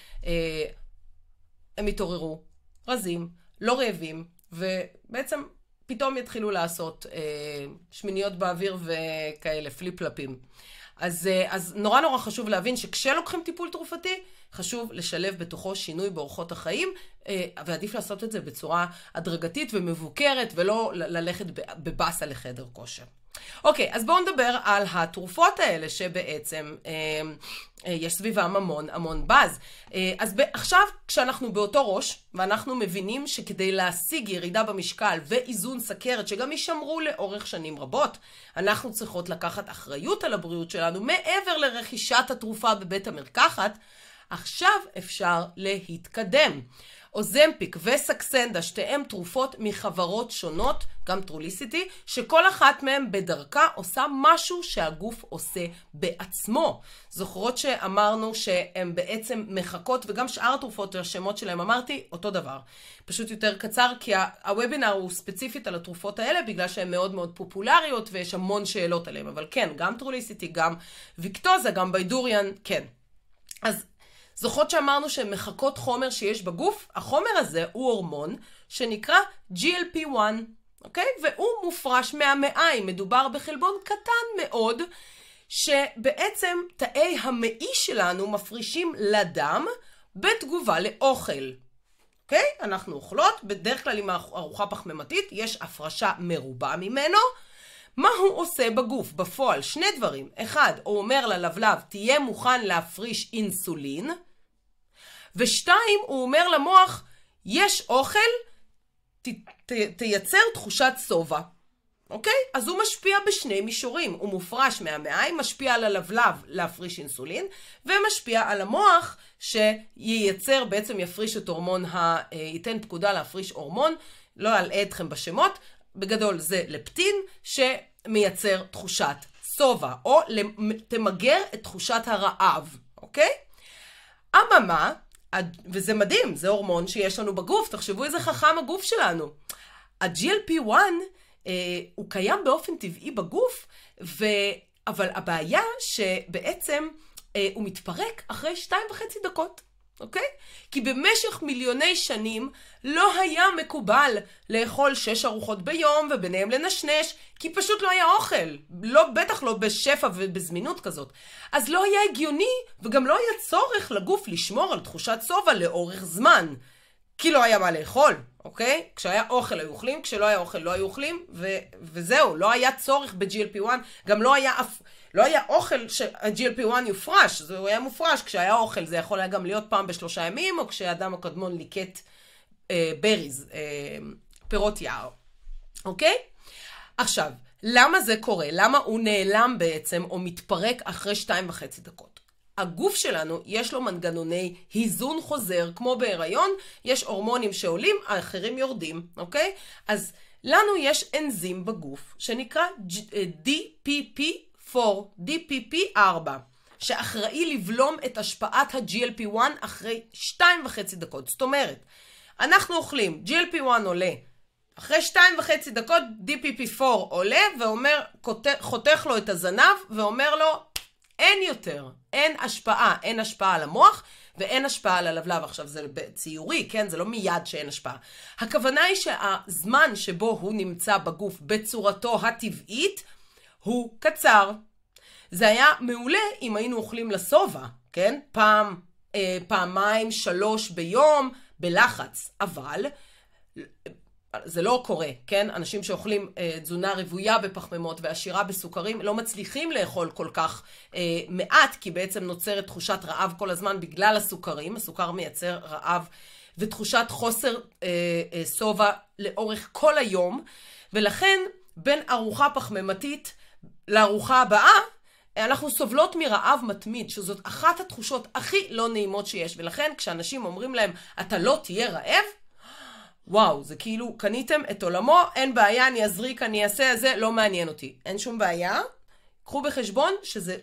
S1: התעוררו, רזים, לא רעבים, ובעצם פתאום יתחילו לעשות שמיניות באוויר וכאלה, פליפ-פלפים. אז נורא חשוב להבין שכשלוקחים טיפול תרופתי, חשוב לשלב בתוכו שינוי באורחות החיים, ועדיף לעשות את זה בצורה הדרגתית ומבוקרת, ולא ללכת בבאסה לחדר כושר. אוקיי, אז בואו נדבר על התרופות האלה שבעצם יש סביבם המון באז. אז עכשיו כשאנחנו באותו ראש, ואנחנו מבינים שכדי להשיג ירידה במשקל ואיזון סכרת, שגם יישמרו לאורך שנים רבות, אנחנו צריכות לקחת אחריות על הבריאות שלנו, מעבר לרכישת התרופה בבית המרקחת, עכשיו אפשר להתקדם. אוזמפיק וסקסנדה, שתיהם תרופות מחברות שונות, גם טרוליסיטי, שכל אחת מהן בדרכה עושה משהו שהגוף עושה בעצמו. זוכרות שאמרנו שהן בעצם מחכות, וגם שאר התרופות והשמות שלהם אמרתי אותו דבר. פשוט יותר קצר, כי הוובינר הוא ספציפית על התרופות האלה, בגלל שהן מאוד פופולריות ויש המון שאלות עליהן. אבל כן, גם טרוליסיטי, גם ויקטוזה, גם ביידוריאן, כן. אז זוכרות שאמרנו שהן מחכות חומר שיש בגוף? החומר הזה הוא הורמון שנקרא GLP-1, אוקיי? והוא מופרש מהמעיים. מדובר בחלבון קטן מאוד, שבעצם תאי המעי שלנו מפרישים לדם בתגובה לאוכל. אוקיי? אנחנו אוכלות, בדרך כלל עם ארוחה פחמימתית, יש הפרשה מרובה ממנו. מה הוא עושה בגוף? בפועל, שני דברים. אחד, הוא אומר ללבלב, תהיה מוכן להפריש אינסולין. ושתיים, הוא אומר למוח, יש אוכל, תייצר תחושת סובה. אוקיי? אז הוא משפיע בשני מישורים. הוא מופרש מהמעיים, משפיע על הלבלב להפריש אינסולין, ומשפיע על המוח שייצר, בעצם יפריש את הורמון, ייתן פקודה להפריש הורמון, לא אלאה אתכם בשמות, בגדול זה לפטין שמייצר תחושת סובה, או תמגר את תחושת הרעב, אוקיי? אממה, וזה מדהים, זה הורמון שיש לנו בגוף, תחשבו איזה חכם הגוף שלנו. ה-GLP-1 הוא קיים באופן טבעי בגוף, אבל הבעיה שבעצם הוא מתפרק אחרי 2.5 דקות. אוקיי? כי במשך מיליוני שנים לא היה מקובל לאכול 6 ארוחות ביום וביניהם לנשנש, כי פשוט לא היה אוכל. בטח לא בשפע ובזמינות כזאת. אז לא היה הגיוני וגם לא היה צורך לגוף לשמור על תחושת סובה לאורך זמן. כי לא היה מה לאכול, אוקיי? כשהיה אוכל היו אוכלים, כשלא היה אוכל לא היו אוכלים, וזהו, לא היה צורך ב-GLP-1, גם לא היה אוכל שה-GLP-1 יופרש, זה היה מופרש, כשהיה אוכל זה יכול היה גם להיות פעם ב3 ימים, או כשאדם הקדמון ליקט בריז, פירות יער, אוקיי? עכשיו, למה זה קורה? למה הוא נעלם בעצם, או מתפרק אחרי 2.5 דקות? הגוף שלנו יש לו מנגנוני היזון חוזר, כמו בהיריון, יש הורמונים שעולים, האחרים יורדים, אוקיי? אז לנו יש אנזים בגוף, שנקרא DPP4, שאחראי לבלום את השפעת ה-GLP-1 אחרי 2.5 דקות. זאת אומרת, אנחנו אוכלים, GLP-1 עולה, אחרי 2.5 דקות DPP4 עולה, ואומר, חותך לו את הזנב, ואומר לו, אין יותר, אין השפעה על המוח, ואין השפעה על הלבלב. עכשיו זה ציורי, כן? זה לא מיד שאין השפעה. הכוונה היא שהזמן שבו הוא נמצא בגוף בצורתו הטבעית, הוא קצר. זה היה מעולה אם היינו אוכלים לסובה, כן? פעמיים, 3 ביום, בלחץ. אבל זה לא קורה, כן? אנשים שאוכלים תזונה רוויה בפחמימות ועשירה בסוכרים לא מצליחים לאכול כל כך מעט, כי בעצם נוצרת תחושת רעב כל הזמן בגלל הסוכרים. הסוכר מייצר רעב ותחושת חוסר סובה לאורך כל היום, ולכן בין ארוחה פחמימתית לארוחה הבאה, אנחנו סובלות מרעב מתמיד, שזאת אחת התחושות הכי לא נעימות שיש, ולכן כשאנשים אומרים להם, אתה לא תהיה רעב, וואו, זה כאילו, קניתם את עולמו, אין בעיה, אני אזריק, אני אעשה, זה לא מעניין אותי. אין שום בעיה. קחו בחשבון שזה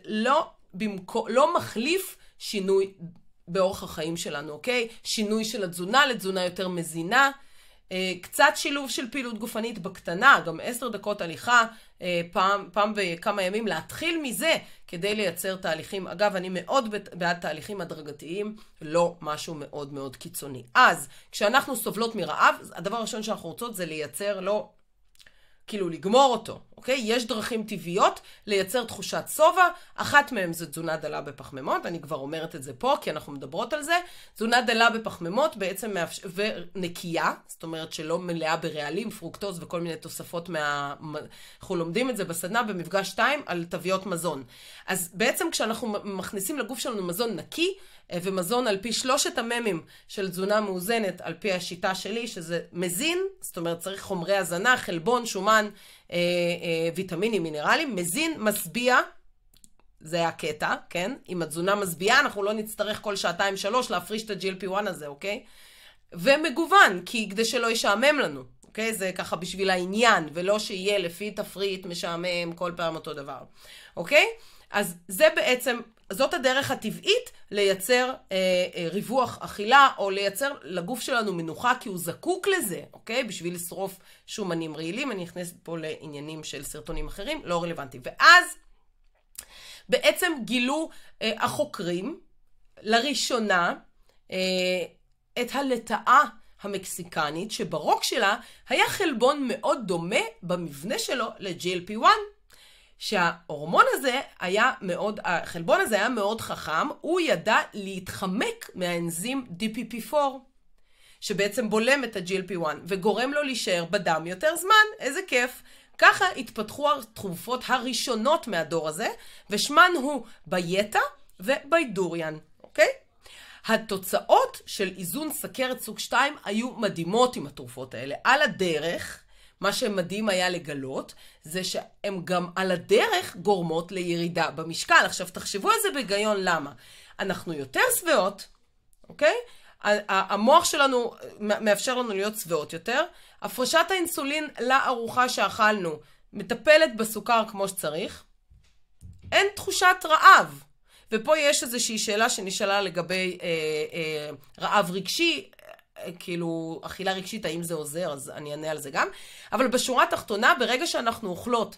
S1: לא מחליף שינוי באורח החיים שלנו, אוקיי? שינוי של התזונה לתזונה יותר מזינה. קצת שילוב של פעילות גופנית בקטנה, גם 10 דקות הליכה, פעם בכמה ימים, להתחיל מזה כדי לייצר תהליכים. אגב, אני מאוד בעד תהליכים הדרגתיים, לא משהו מאוד מאוד קיצוני. אז, כשאנחנו סובלות מרעב, הדבר הראשון שאנחנו רוצות זה לייצר לו, כאילו לגמור אותו, אוקיי? יש דרכים טבעיות לייצר תחושת סובה, אחת מהן זה תזונה דלה בפחמימות, אני כבר אומרת את זה פה כי אנחנו מדברות על זה. תזונה דלה בפחמימות בעצם ונקייה, זאת אומרת שלא מלאה ברעלים, פרוקטוז וכל מיני תוספות אנחנו לומדים את זה בסדנה במפגש 2 על תוויות מזון. אז בעצם כשאנחנו מכניסים לגוף שלנו מזון נקי, ומזון על פי 3 המ"מים של תזונה מאוזנת, על פי השיטה שלי, שזה מזין, זאת אומרת צריך חומרי הזנה, חלבון, שומן, ויטמינים, מינרלים, מזין, משביע, זה היה קטע, כן? אם התזונה משביעה, אנחנו לא נצטרך כל 2-3 להפריש את ה-GLP-1 הזה, אוקיי? ומגוון, כי כדי שלא ישעמם לנו, אוקיי? זה ככה בשביל העניין, ולא שיהיה לפי תפריט משעמם כל פעם אותו דבר, אוקיי? אז זה בעצם, זאת הדרך הטבעית לייצר ריווח אכילה, או לייצר לגוף שלנו מנוחה, כי הוא זקוק לזה, אוקיי? בשביל לשרוף שומנים רעילים. אני נכנסת פה לעניינים של סרטונים אחרים, לא רלוונטיים. ואז בעצם גילו החוקרים לראשונה את הלטאה המקסיקנית, שברוק שלה היה חלבון מאוד דומה במבנה שלו ל-GLP-1, שההורמון הזה היה מאוד, החלבון הזה היה מאוד חכם, הוא ידע להתחמק מהאנזים DPP4, שבעצם בולם את ה-GLP-1, וגורם לו להישאר בדם יותר זמן. איזה כיף. ככה התפתחו התרופות הראשונות מהדור הזה, ושמן הוא בייטה וביידוריאן, אוקיי? התוצאות של איזון סכרת סוג 2 היו מדהימות עם התרופות האלה. על הדרך, מה שמדהים היה לגלות, זה שהן גם על הדרך גורמות לירידה במשקל. עכשיו תחשבו על זה בהיגיון. למה? אנחנו יותר שבעות, אוקיי? המוח שלנו מאפשר לנו להיות שבעות יותר. הפרשת האינסולין לארוחה שאכלנו מטפלת בסוכר כמו שצריך. אין תחושת רעב. ופה יש איזושהי שאלה שנשאלה לגבי רעב רגשי, כאילו אכילה רגשית, האם זה עוזר, אז אני אענה על זה גם. אבל בשורה התחתונה, ברגע שאנחנו אוכלות,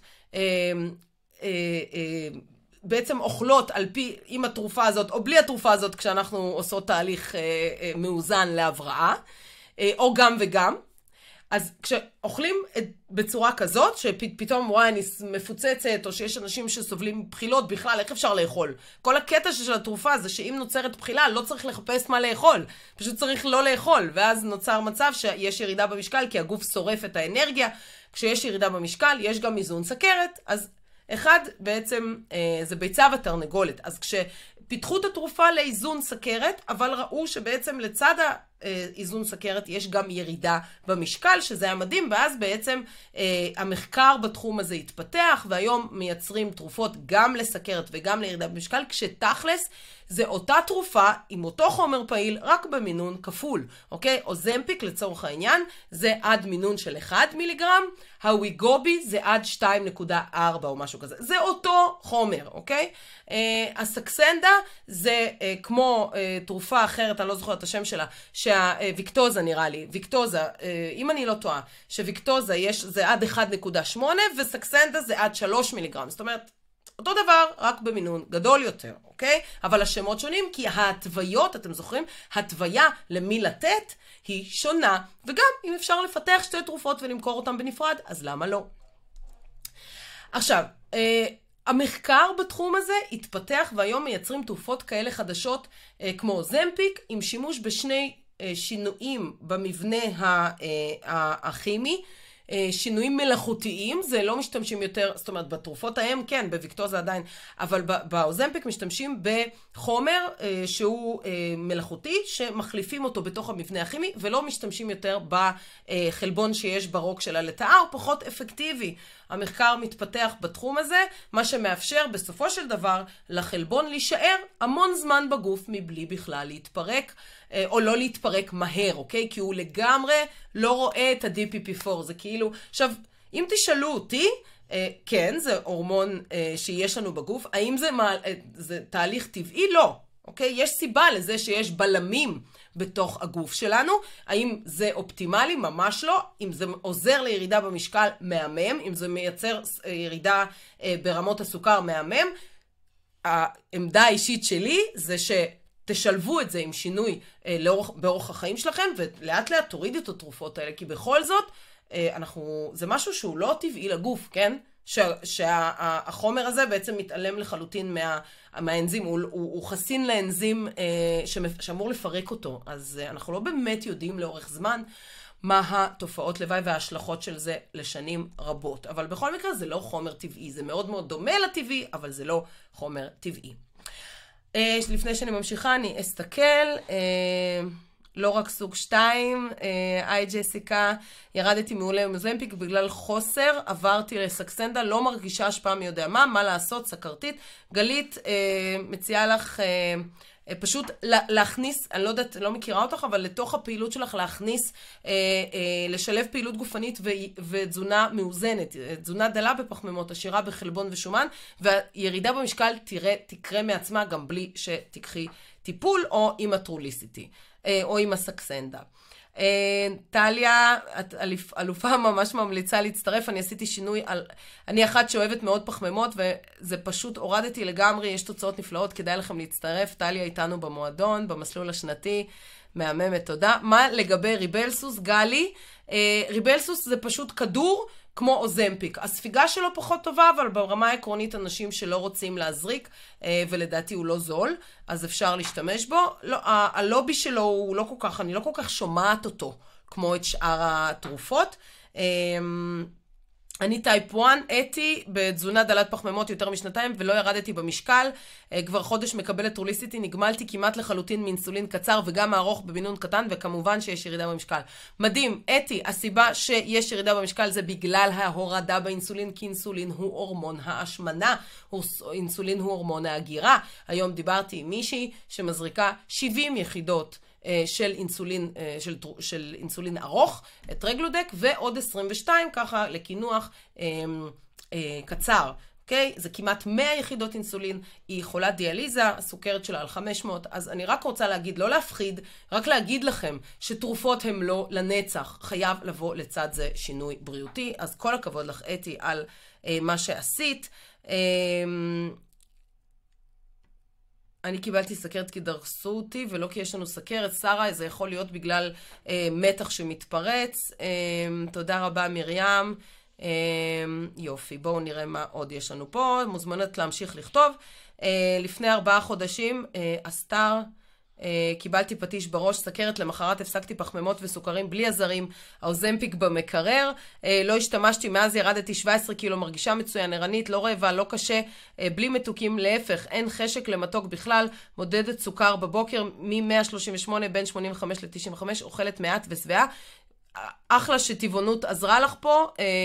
S1: בעצם אוכלות על פי, עם התרופה הזאת, או בלי התרופה הזאת, כשאנחנו עושות תהליך מאוזן להבראה, או גם וגם, אז כשאוכלים בצורה כזאת, שפתאום וואי אני מפוצצת, או שיש אנשים שסובלים מבחילות בכלל, איך אפשר לאכול? כל הקטע של התרופה זה שאם נוצרת בחילה, לא צריך לחפש מה לאכול. פשוט צריך לא לאכול, ואז נוצר מצב שיש ירידה במשקל, כי הגוף שורף את האנרגיה. כשיש ירידה במשקל, יש גם איזון סכרת. אז אחד בעצם זה ביצה ותרנגולת. אז כשפיתחו את התרופה לאיזון סכרת, אבל ראו שבעצם לצד איזון סכרת יש גם ירידה במשקל, שזה היה מדהים, ואז בעצם המחקר בתחום הזה התפתח, והיום מייצרים תרופות גם לסכרת וגם לירידה במשקל, כשתכלס זה אותה תרופה עם אותו חומר פעיל, רק במינון כפול, אוקיי? אוזמפיק לצורך העניין, זה עד מינון של 1 מיליגרם, הוויגובי זה עד 2.4 או משהו כזה. זה אותו חומר, אוקיי? הסקסנדה זה כמו תרופה אחרת, אני לא זוכרת את השם שלה, שהוויקטוזה נראה לי, ויקטוזה, אם אני לא טועה, שוויקטוזה זה עד 1.8 וסקסנדה זה עד 3 מיליגרם. זאת אומרת, אותו דבר, רק במינון גדול יותר, אוקיי? אבל השמות שונים, כי ההתוויות, אתם זוכרים, התוויה למי לתת היא שונה, וגם אם אפשר לפתח שתי תרופות ולמכור אותן בנפרד, אז למה לא? עכשיו, המחקר בתחום הזה התפתח, והיום מייצרים תרופות כאלה חדשות, כמו זמפיק, עם שימוש בשני שינויים במבנה הכימי, שינויים מלאכותיים, זה לא משתמשים יותר, זאת אומרת, בתרופות ההם, כן, בוויקטוזה עדיין, אבל באוזמפיק משתמשים בחומר שהוא מלאכותי, שמחליפים אותו בתוך המבנה הכימי, ולא משתמשים יותר בחלבון שיש ברוק של הלטאה, הוא פחות אפקטיבי. המחקר מתפתח בתחום הזה, מה שמאפשר בסופו של דבר לחלבון להישאר המון זמן בגוף מבלי בכלל להתפרק, או לא להתפרק מהר, אוקיי? כי הוא לגמרי לא רואה את ה-DPP4, זה כאילו... עכשיו, אם תשאלו אותי, כן, זה הורמון שיש לנו בגוף, האם זה תהליך טבעי? לא, אוקיי? יש סיבה לזה שיש בלמים בתוך הגוף שלנו. האם זה אופטימלי? ממש לא. אם זה עוזר לירידה במשקל, מהמם. אם זה מייצר ירידה ברמות הסוכר, מהמם. העמדה האישית שלי זה שתשלבו את זה עם שינוי באורח החיים שלכם, ולאט לאט תורידו את התרופות האלה, כי בכל זאת, זה משהו שהוא לא טבעי לגוף, כן? שהחומר הזה בעצם מתעלם לחלוטין מהאנזים, הוא חסין לאנזים שאמור לפרק אותו, אז אנחנו לא באמת יודעים לאורך זמן מה התופעות לוואי וההשלכות של זה לשנים רבות, אבל בכל מקרה זה לא חומר טבעי, זה מאוד מאוד דומה לטבעי, אבל זה לא חומר טבעי. לפני שאני ממשיכה אני אסתכל, לא רק סוג 2, היי ג'סיקה, ירדתי מעולה מוזמפיק בגלל חוסר, עברתי לסקסנדה, לא מרגישה השפעה מי יודע מה לעשות, סכרתית. גלית, מציעה לך פשוט להכניס, אני לא יודעת, לא מכירה אותך, אבל לתוך הפעילות שלך להכניס, לשלב פעילות גופנית ותזונה מאוזנת, תזונה דלה בפחמימות, עשירה בחלבון ושומן, והירידה במשקל תקרה מעצמה גם בלי שתקחי טיפול או עם הטרוליסיטי. או עם הסקסנדה. טליה, את אלופה ממש ממליצה להצטרף, אני עשיתי שינוי, אני אחת שאוהבת מאוד פחמימות, וזה פשוט הורדתי לגמרי, יש תוצאות נפלאות, כדאי לכם להצטרף, טליה איתנו במועדון, במסלול השנתי, מהממת, תודה. מה לגבי ריבלסוס, גלי? ריבלסוס זה פשוט כדור, כמו אוזמפיק. הספיגה שלו פחות טובה, אבל ברמה העקרונית אנשים שלא רוצים להזריק, ולדעתי הוא לא זול, אז אפשר להשתמש בו. לא, הלובי שלו הוא לא כל כך, אני לא כל כך שומעת אותו, כמו את שאר התרופות. אני טייפ 1, אתי בתזונה דלת פחמימות יותר משנתיים ולא ירדתי במשקל, כבר חודש מקבלת טרוליסיטי, נגמלתי כמעט לחלוטין מאינסולין קצר וגם הארוך במינון קטן, וכמובן שיש ירידה במשקל. מדהים, אתי, הסיבה שיש ירידה במשקל זה בגלל ההורדה באינסולין, כי אינסולין הוא הורמון ההשמנה, אינסולין הוא הורמון ההגירה. היום דיברתי עם מישהי שמזריקה 70 יחידות של אינסולין ארוך, את רגלודק, ועוד 22 ככה לכינוח קצר. אוקיי? זה כמעט 100 יחידות אינסולין, היא חולת דיאליזה, הסוכרת שלה על 500, אז אני רק רוצה להגיד, לא להפחיד, רק להגיד לכם שתרופות הן לא לנצח, חייב לבוא לצד זה שינוי בריאותי, אז כל הכבוד לך אתי על מה שעשית. אני קיבלתי סכרת כי דרסו אותי, ולא כי יש לנו סכרת. שרה, זה יכול להיות בגלל מתח שמתפרץ. תודה רבה, מרים. יופי, בואו נראה מה עוד יש לנו פה. מוזמנת להמשיך לכתוב. לפני 4 חודשים, אסתר, קיבלתי פטיש בראש, סכרת, למחרת הפסקתי פחמימות וסוכרים בלי הזרים, האוזמפיק במקרר, לא השתמשתי, מאז ירדתי 17 קילו, מרגישה מצוין, ערנית, לא רעבה, לא קשה, בלי מתוקים, להפך, אין חשק למתוק בכלל, מודדת סוכר בבוקר, מ-138 בין 85 ל-95, אוכלת מעט ושבעה. אחלה שטבעונות עזרה לך פה,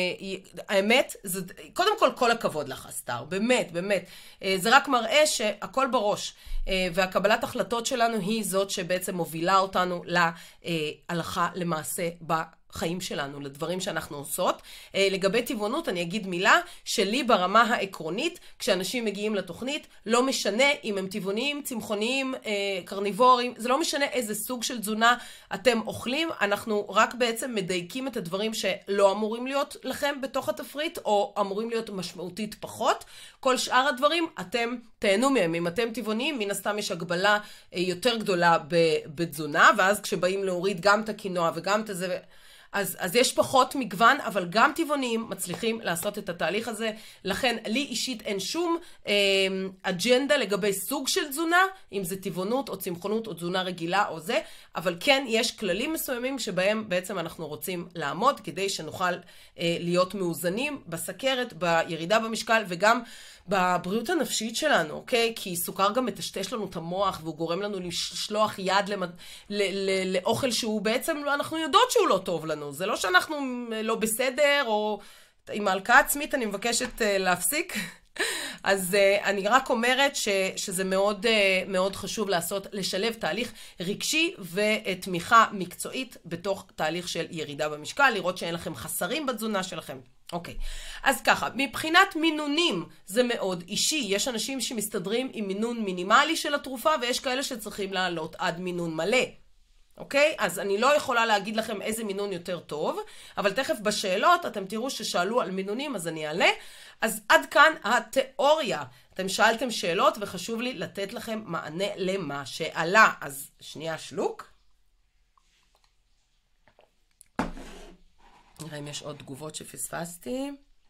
S1: האמת, קודם כל הכבוד לך, אסתר, באמת, באמת. זה רק מראה שהכל בראש, והקבלת החלטות שלנו היא זאת שבעצם מובילה אותנו להלכה למעשה בחיים שלנו, לדברים שאנחנו עושות. לגבי טבעונות, אני אגיד מילה שלי ברמה העקרונית, כשאנשים מגיעים לתוכנית, לא משנה אם הם טבעוניים, צמחוניים, קרניבוריים, זה לא משנה איזה סוג של תזונה אתם אוכלים, אנחנו רק בעצם מדייקים את הדברים שלא אמורים להיות לכם בתוך התפריט, או אמורים להיות משמעותית פחות. כל שאר הדברים, אתם תהנו מהם. אם אתם טבעוניים, מן הסתם יש הגבלה יותר גדולה בתזונה, ואז כשבאים להוריד גם את הקינוע וגם את זה, אז יש פחות מגוון, אבל גם טבעוניים מצליחים לעשות את התהליך הזה. לכן, לי אישית אין שום אג'נדה לגבי סוג של תזונה, אם זה טבעונות או צמחונות או תזונה רגילה או זה, אבל כן יש כללים מסוימים שבהם בעצם אנחנו רוצים לעמוד, כדי שנוכל להיות מאוזנים בסכרת, בירידה במשקל וגם בבריאות הנפשית שלנו, אוקיי? כי סוכר גם מטשטש לנו את המוח, והוא גורם לנו לשלוח יד לאוכל שהוא בעצם, אנחנו יודעות שהוא לא טוב לנו. זה לא שאנחנו לא בסדר, או עם ההלקאה עצמית אני מבקשת להפסיק. אז אני רק אומרת שזה מאוד מאוד חשוב לשלב תהליך רגשי ותמיכה מקצועית בתוך תהליך של ירידה במשקל, לראות שאין לכם חסרים בתזונה שלכם. אוקיי, אז ככה, מבחינת מינונים זה מאוד אישי. יש אנשים שמסתדרים עם מינון מינימלי של התרופה, ויש כאלה שצריכים לעלות עד מינון מלא. אוקיי? אז אני לא יכולה להגיד לכם איזה מינון יותר טוב, אבל תכף בשאלות אתם תראו ששאלו על מינונים, אז אני אעלה. אז עד כאן התיאוריה. אתם שאלתם שאלות וחשוב לי לתת לכם מענה למה שעלה. אז שנייה שלוק. נראה אם יש עוד תגובות שפספסתי.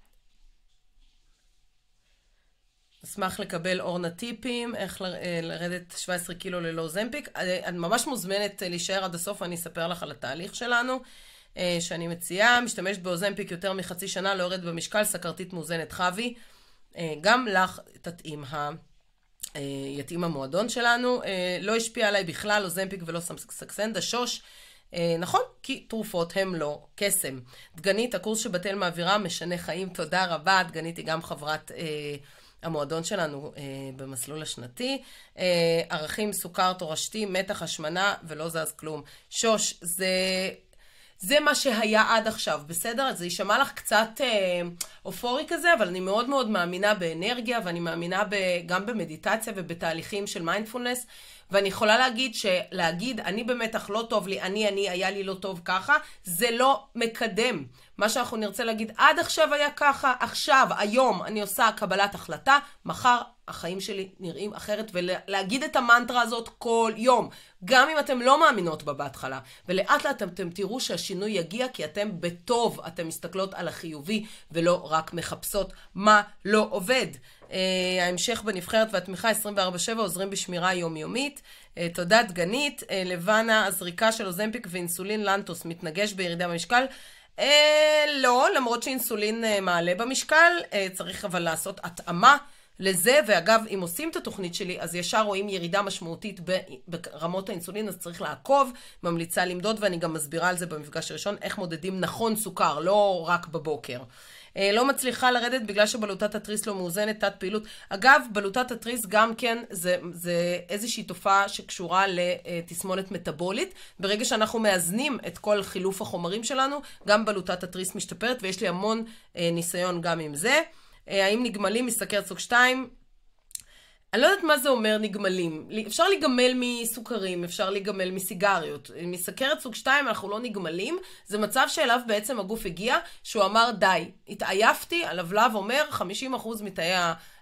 S1: אשמח לקבל אורנה טיפים, איך לרדת 17 קילו ללא אוזמפיק. אני ממש מוזמנת להישאר עד הסוף, ואני אספר לך על התהליך שלנו, שאני מציעה. משתמשת באוזמפיק יותר מחצי שנה, לא יורד במשקל, סכרתית מאוזנת חווי. גם לך יתאים המועדון שלנו. לא השפיע עליי בכלל אוזמפיק ולא סקסנדה. שוש, נכון, כי תרופות הם לא קסם. דגנית, הקורס שבתל מעבירה משנה חיים, תודה רבה. דגנית היא גם חברת המועדון שלנו במסלול השנתי. ערכים, סוכר, תורשתי, מתח, השמנה ולא זז כלום. שוש, זה מה שהיה עד עכשיו, בסדר? אז זה יישמע לך קצת אופורי כזה, אבל אני מאוד מאוד מאמינה באנרגיה, ואני מאמינה גם במדיטציה ובתהליכים של מיינדפולנס, ואני יכולה להגיד, אני במתח לא טוב לי, היה לי לא טוב ככה, זה לא מקדם. מה שאנחנו נרצה להגיד, עד עכשיו היה ככה, עכשיו, היום, אני עושה קבלת החלטה, מחר החיים שלי נראים אחרת, ולהגיד את המנטרה הזאת כל יום, גם אם אתם לא מאמינות בה בהתחלה, ולאט לאט אתם תראו שהשינוי יגיע, כי אתם בטוב, אתם מסתכלות על החיובי, ולא רק מחפשות מה לא עובד. ההמשך בנבחרת והתמיכה 24/7 עוזרים בשמירה יומיומית. תודה דגנית. לבנה, הזריקה של אוזמפיק ואינסולין לנטוס מתנגש בירידה במשקל? לא, למרות שאינסולין מעלה במשקל, צריך אבל לעשות התאמה לזה, ואגב, אם עושים את התוכנית שלי, אז ישר רואים ירידה משמעותית ברמות האינסולין, אז צריך לעקוב, ממליצה למדוד, ואני גם מסבירה על זה במפגש הראשון, איך מודדים נכון סוכר, לא רק בבוקר. לא מצליחה לרדת בגלל שבלוטת התריס לא מאוזנת, תת פעילות. אגב, בלוטת התריס גם כן זה איזושהי תופעה שקשורה לתסמונת מטאבולית. ברגע שאנחנו מאזנים את כל חילוף החומרים שלנו, גם בלוטת התריס משתפרת, ויש לי המון ניסיון גם עם זה. האם נגמלים מסכרת סוג 2? אני לא יודעת מה זה אומר נגמלים. אפשר לגמל מסוכרים, אפשר לגמל מסיגריות. מסכרת סוג 2 אנחנו לא נגמלים. זה מצב שאליו בעצם הגוף הגיע, שהוא אמר די. התעייפתי, הלבלב אומר 50% מתאי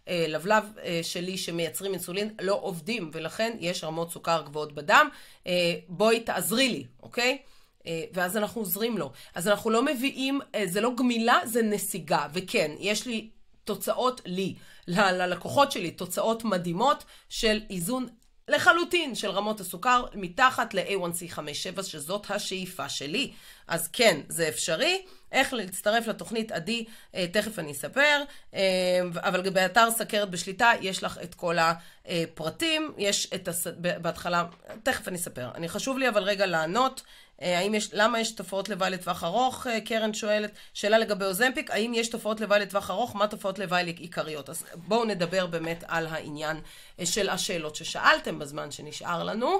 S1: לבלב שלי שמייצרים אינסולין לא עובדים, ולכן יש רמות סוכר גבוהות בדם. בואי תעזרי לי, אוקיי? ואז אנחנו עוזרים לו. אז אנחנו לא מביאים, זה לא גמילה, זה נסיגה. וכן, יש לי תוצאות ללקוחות שלי, תוצאות מדהימות של איזון לחלוטין של רמות הסוכר מתחת ל-A1C 5-7, שזאת השאיפה שלי. אז כן, זה אפשרי. איך להצטרף לתוכנית עדי, תכף אני אספר, אבל באתר סכרת בשליטה יש לך את כל הפרטים, יש בהתחלה, תכף אני אספר. חשוב לי אבל רגע לענות, למה יש תופעות לוואי לטווח ארוך? קרן שואלת, שאלה לגבי אוזמפיק, האם יש תופעות לוואי לטווח ארוך? מה תופעות לוואי עיקריות? אז בואו נדבר באמת על העניין של השאלות ששאלתם בזמן שנשאר לנו.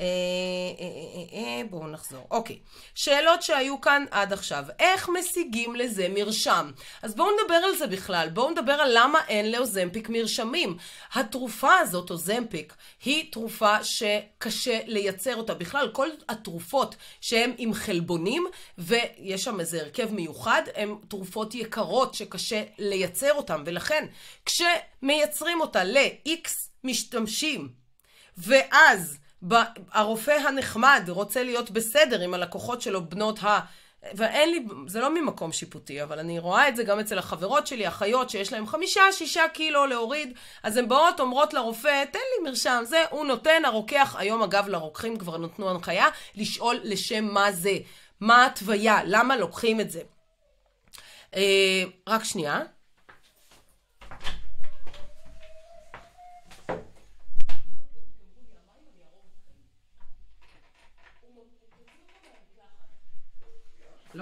S1: בואו נחזור. אוקיי, שאלות שהיו כאן עד עכשיו. איך משיגים לזה מרשם? אז בואו נדבר על זה בכלל. בואו נדבר על למה אין לאוזמפיק מרשמים. התרופה הזאת, אוזמפיק, היא תרופה שקשה לייצר אותה. בכלל, כל התרופות שהן עם חלבונים, ויש שם איזה הרכב מיוחד, הן תרופות יקרות שקשה לייצר אותן, ולכן כשמייצרים אותה ל-X משתמשים, ואז הרופא הנחמד רוצה להיות בסדר עם הלקוחות שלו בנות ואין לי, זה לא ממקום שיפוטי, אבל אני רואה את זה גם אצל החברות שלי, אחיות שיש להם 5-6 קילו להוריד, אז הן באות, אומרות לרופא, תן לי מרשם, זה הוא נותן, הרוקח, היום אגב לרוקחים כבר נתנו הנחיה, לשאול לשם מה זה, מה התוויה, למה לוקחים את זה. רק שנייה. לא.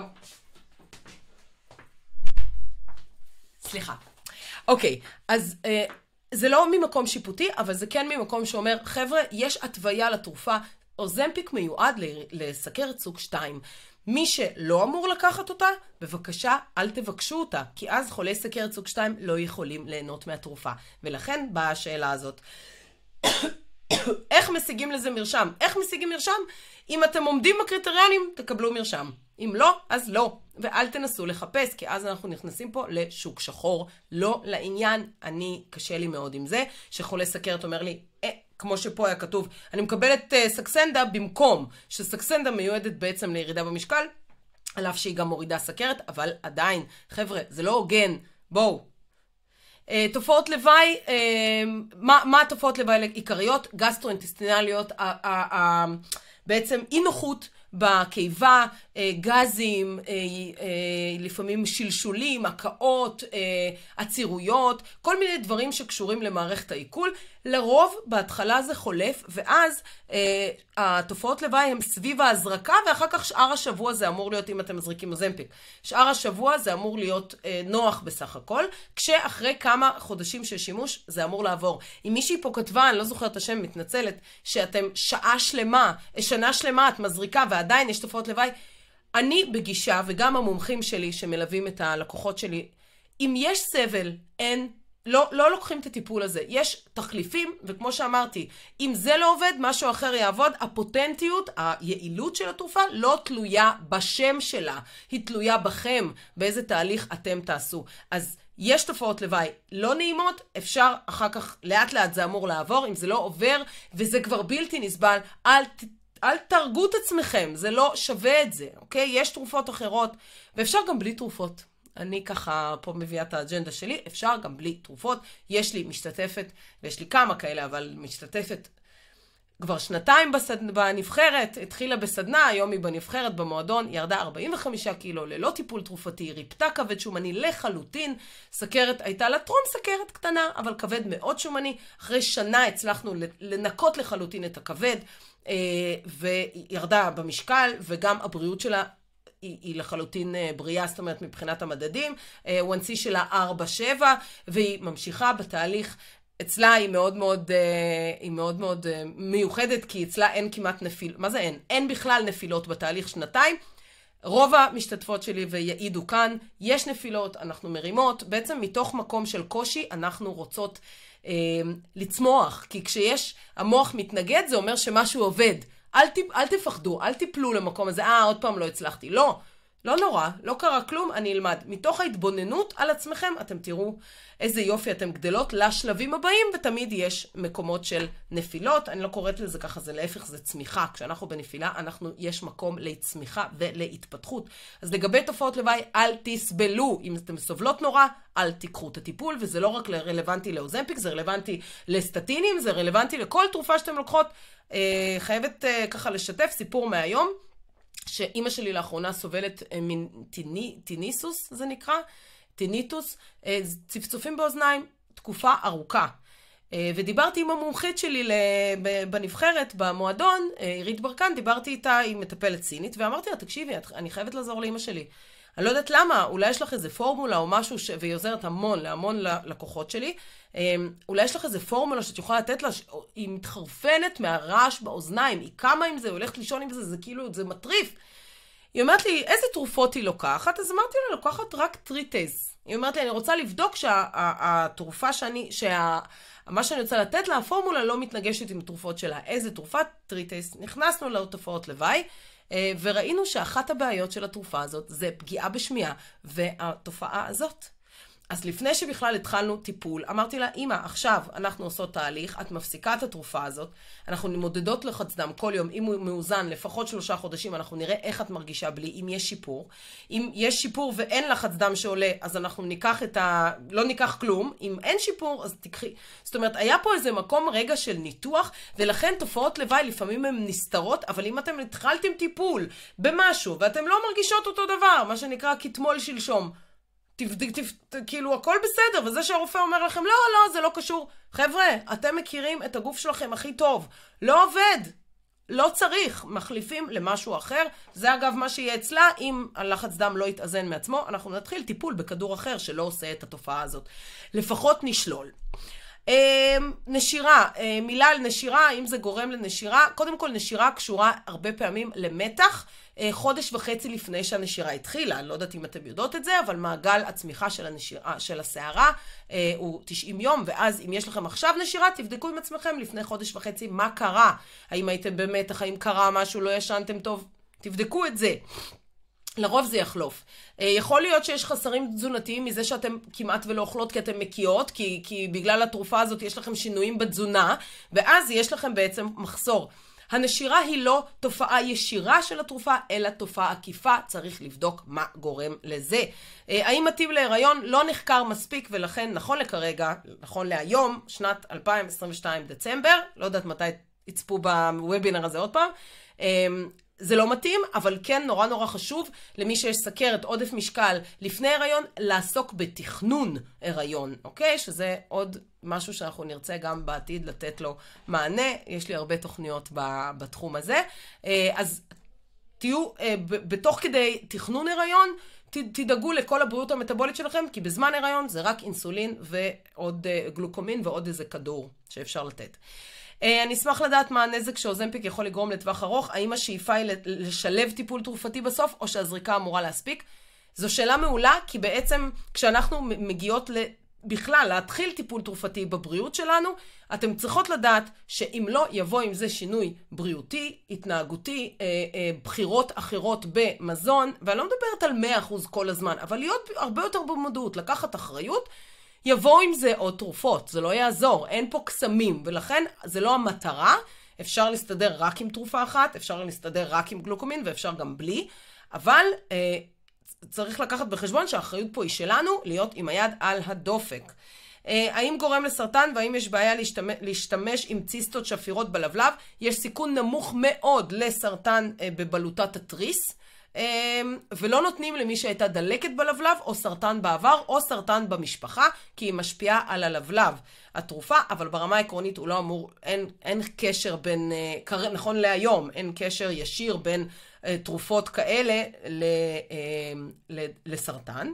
S1: סליחה. אוקיי, אז זה לא ממקום שיפוטי, אבל זה כן ממקום שאומר, חבר'ה, יש התוויה לתרופה, אוזמפיק מיועד לסכרת סוג 2. מי שלא אמור לקחת אותה, בבקשה, אל תבקשו אותה, כי אז חולי סכרת סוג 2 לא יכולים ליהנות מהתרופה. ולכן באה השאלה הזאת. איך משיגים לזה מרשם? איך משיגים מרשם? אם אתם עומדים בקריטריונים, תקבלו מרשם. אם לא, אז לא. ואל תנסו לחפש, כי אז אנחנו נכנסים פה לשוק שחור. לא לעניין, קשה לי מאוד עם זה, שחולה סכרת אומר לי, כמו שפה היה כתוב, אני מקבלת סקסנדה במקום, שסקסנדה מיועדת בעצם לירידה במשקל, על אף שהיא גם מורידה סכרת, אבל עדיין, חבר'ה, זה לא הוגן. בואו. תופעות לוואי, מה התופעות לוואי עיקריות? גסטרואינטסטינליות, בעצם אי נוחות בקיבה, גזים, לפעמים שלשולים, הקאות, עצירויות, כל מיני דברים שקשורים למערכת העיכול. לרוב בהתחלה זה חולף, ואז התופעות לוואי הם סביב ההזרקה, ואחר כך שאר השבוע זה אמור להיות, אם אתם מזריקים אוזמפיק, שאר השבוע זה אמור להיות נוח בסך הכל, כשאחרי כמה חודשים של שימוש זה אמור לעבור. אם מישהי פה כתבה, אני לא זוכרת את השם, מתנצלת, שאתם שנה שלמה את מזריקה ועדיין יש תופעות לוואי, אני בגישה, וגם המומחים שלי שמלווים את הלקוחות שלי, אם יש סבל, לא לוקחים את הטיפול הזה. יש תחליפים, וכמו שאמרתי, אם זה לא עובד, משהו אחר יעבוד. הפוטנטיות, היעילות של התרופה, לא תלויה בשם שלה. היא תלויה בכם, באיזה תהליך אתם תעשו. אז יש תופעות לוואי לא נעימות, אפשר אחר כך, לאט לאט זה אמור לעבור. אם זה לא עובר, וזה כבר בלתי נסבל, אל תרגו את עצמכם, זה לא שווה את זה, אוקיי? יש תרופות אחרות, ואפשר גם בלי תרופות. אני ככה פה מביאה את האג'נדה שלי, אפשר גם בלי תרופות. יש לי משתתפת, ויש לי כמה כאלה, אבל משתתפת כבר 2 בנבחרת, התחילה בסדנה, היום היא בנבחרת במועדון, ירדה 45 קילו ללא טיפול תרופתי, ריפתה כבד שומני לחלוטין, סכרת הייתה לה טרום סכרת קטנה, אבל כבד מאוד שומני. אחרי שנה הצלחנו לנקות לחלוטין את הכבד, וירדה במשקל, וגם הבריאות שלה היא לחלוטין בריאה, זאת אומרת מבחינת המדדים, 1C שלה 4-7, והיא ממשיכה בתהליך. אצלה היא מאוד מאוד מיוחדת, כי אצלה אין כמעט נפילות. מה זה אין? אין בכלל נפילות בתהליך 2. רוב המשתתפות שלי ויעידו כאן, יש נפילות, אנחנו מרימות, בעצם מתוך מקום של קושי אנחנו רוצות לצמוח, כי כשיש המוח מתנגד זה אומר שמשהו עובד. אל תפחדו, אל תיפלו למקום הזה, עוד פעם לא הצלחתי. לא, לא נורא, לא קרה כלום, אני אלמד. מתוך ההתבוננות על עצמכם, אתם תראו איזה יופי אתם גדלות לשלבים הבאים, ותמיד יש מקומות של נפילות. אני לא קוראת לזה ככה, זה להפך, זה צמיחה. כשאנחנו בנפילה, יש מקום לצמיחה ולהתפתחות. אז לגבי תופעות לוואי, אל תסבלו. אם אתם סובלות נורא, אל תיקחו את הטיפול, וזה לא רק רלוונטי לאוזמפיק, זה רלוונטי לסטטינים, זה רלוונטי לכל תרופה שאתם לוקחות. חייבת ככה לשתף סיפור מהיום. שאימא שלי לאחרונה סובלת מטיניסוס, זה נקרא, טיניטוס, צפצופים באוזניים, תקופה ארוכה. ודיברתי עם המומחית שלי בנבחרת, במועדון, עירית ברקן, דיברתי איתה, היא מטפלת סינית, ואמרתי לה, תקשיבי, אני חייבת לעזור לאמא שלי. אני לא יודעת למה, אולי יש לך איזה פורמולה או משהו, והיא עוזרת להמון לקוחות שלי, אולי יש לך איזה פורמולה שאת יכולה לתת לה, היא מתחרפנת מהרעש באוזניים, היא קמה עם זה, היא הולכת לישון עם זה, זה כאילו, זה מטריף. היא אומרת לי, איזה תרופות היא לוקחת? אז אמרתי לה, לוקחת רק טריטז. היא אומרת לי, אני רוצה לבדוק שהתרופה מה שאני רוצה לתת לה, הפורמולה לא מתנגשת עם התרופות שלה. איזה תרופה? טריטז. נכנסנו לתופעות לוואי, וראינו שאחת הבעיות של התרופה הזאת זה פגיעה בשמיעה, והתופעה הזאת. אז לפני שבכלל התחלנו טיפול, אמרתי לה, אמא, עכשיו אנחנו עושות תהליך, את מפסיקה את התרופה הזאת, אנחנו מודדות לחץ דם כל יום, אם הוא מאוזן לפחות 3 חודשים, אנחנו נראה איך את מרגישה בלי, אם יש שיפור. אם יש שיפור ואין לחץ דם שעולה, אז אנחנו ניקח לא ניקח כלום, אם אין שיפור, אז תקחי. זאת אומרת, היה פה איזה מקום רגע של ניתוח, ולכן תופעות לוואי לפעמים הן נסתרות, אבל אם אתם התחלתם טיפול במשהו, ואתם לא מרגישות אותו דבר, מה שנקרא כתמול שלשום, כאילו הכל בסדר, וזה שהרופא אומר לכם, לא, זה לא קשור. חבר'ה, אתם מכירים את הגוף שלכם הכי טוב. לא עובד. לא צריך. מחליפים למשהו אחר. זה אגב מה שיהיה אצלה, אם הלחץ דם לא יתאזן מעצמו, אנחנו נתחיל טיפול בכדור אחר שלא עושה את התופעה הזאת. לפחות נשלול. נשירה, מילה על נשירה, אם זה גורם לנשירה, קודם כל נשירה קשורה הרבה פעמים למתח, 1.5 חודש לפני שהנשירה התחילה, אני לא יודעת אם אתם יודעות את זה, אבל מעגל הצמיחה של השערה הוא 90 יום, ואז אם יש לכם עכשיו נשירה, תבדקו עם עצמכם לפני 1.5 חודש מה קרה, האם הייתם במתח, האם קרה משהו, לא ישנתם טוב, תבדקו את זה. לרוב זה יחלוף. יכול להיות שיש חסרים תזונתיים מזה שאתם כמעט ולא אוכלות כי אתם מקיאות, כי בגלל התרופה הזאת יש לכם שינויים בתזונה, ואז יש לכם בעצם מחסור. הנשירה היא לא תופעה ישירה של התרופה, אלא תופעה עקיפה, צריך לבדוק מה גורם לזה. האם מתאים להיריון לא נחקר מספיק, ולכן נכון לכרגע, נכון להיום, שנת 2022 דצמבר, לא יודעת מתי יצפו בוובינר הזה עוד פעם, זה לא מתאים, אבל כן נורא חשוב למי שיש סכרת, עודף משקל לפני הריון, לעסוק בתכנון הריון, אוקיי? שזה עוד משהו שאנחנו נרצה גם בעתיד לתת לו מענה. יש לי הרבה תוכניות בתחום הזה. אז תהיו בתוך כדי תכנון הריון, תדאגו לכל הבריאות המטאבולית שלכם, כי בזמן הריון זה רק אינסולין ועוד גלוקומין ועוד איזה כדור שאפשר לתת. אני אשמח לדעת מה הנזק שאוזמפיק יכול לגרום לטווח ארוך, האם השאיפה היא לשלב טיפול תרופתי בסוף, או שהזריקה אמורה להספיק? זו שאלה מעולה, כי בעצם כשאנחנו מגיעות בכלל להתחיל טיפול תרופתי בבריאות שלנו, אתם צריכות לדעת שאם לא יבוא עם זה שינוי בריאותי, התנהגותי, בחירות אחרות במזון, ואני לא מדברת על 100% כל הזמן, אבל להיות הרבה יותר במודעות, לקחת אחריות, יבואו עם זה עוד תרופות, זה לא יעזור, אין פה קסמים, ולכן זה לא המטרה, אפשר להסתדר רק עם תרופה אחת, אפשר להסתדר רק עם גלוקומין, ואפשר גם בלי, אבל צריך לקחת בחשבון שהאחריות פה היא שלנו, להיות עם היד על הדופק. האם גורם לסרטן, והאם יש בעיה להשתמש עם ציסטות שפירות בלבלב? יש סיכון נמוך מאוד לסרטן בבלוטת התריס, ולא נותנים למי שהייתה דלקת בלבלב, או סרטן בעבר, או סרטן במשפחה, כי היא משפיעה על הלבלב. התרופה, אבל ברמה העקרונית הוא לא אמור, אין קשר בין, נכון להיום, אין קשר ישיר בין תרופות כאלה לסרטן.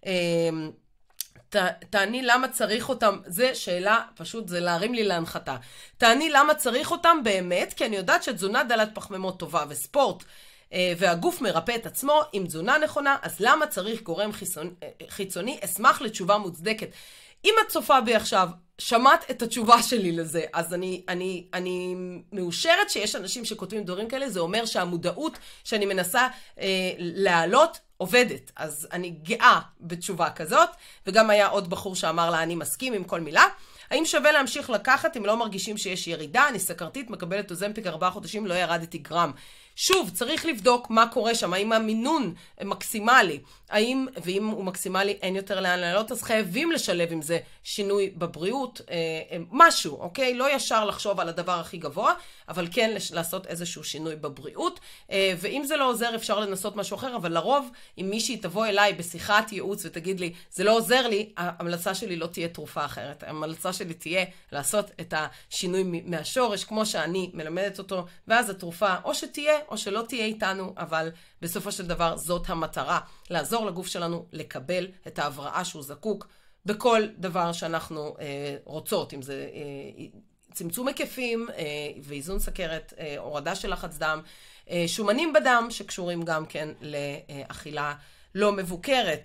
S1: תעני למה צריך אותם, זה שאלה, פשוט זה להרים לי להנחתה. תעני למה צריך אותם באמת, כי אני יודעת שתזונה דלת פחמימות טובה וספורט, והגוף מרפא את עצמו עם תזונה נכונה, אז למה צריך גורם חיצוני? אשמח לתשובה מוצדקת. אם את צופה בי עכשיו, שמעת את התשובה שלי לזה, אז אני מאושרת שיש אנשים שכותבים דברים כאלה, זה אומר שהמודעות שאני מנסה להעלות עובדת. אז אני גאה בתשובה כזאת, וגם היה עוד בחור שאמר לה, אני מסכים עם כל מילה. האם שווה להמשיך לקחת אם לא מרגישים שיש ירידה? אני סכרתית, מקבלת אוזמפיק 4 חודשים, לא ירדתי גרם. שוב, צריך לבדוק מה קורה שם, האם המינון מקסימלי, ואם הוא מקסימלי אין יותר לאן לעלות, אז חייבים לשלב עם זה שינוי בבריאות, משהו, אוקיי? לא ישר לחשוב על הדבר הכי גבוה, אבל כן לעשות איזשהו שינוי בבריאות, ואם זה לא עוזר אפשר לנסות משהו אחר, אבל לרוב, אם מישהי תבוא אליי בשיחת ייעוץ ותגיד לי, זה לא עוזר לי, ההמלצה שלי לא תהיה תרופה אחרת, ההמלצה שלי תהיה לעשות את השינוי מהשורש, כמו שאני מלמדת אותו, ואז התרופה או שתהיה או שלא תהיה איתנו, אבל בסופו של דבר זאת המטרה, לעזור לגוף שלנו לקבל את ההבראה שהוא זקוק בכל דבר שאנחנו רוצות, אם זה צמצום היקפים ואיזון סכרת, הורדה של לחץ דם, שומנים בדם שקשורים גם כן לאכילה לא מבוקרת.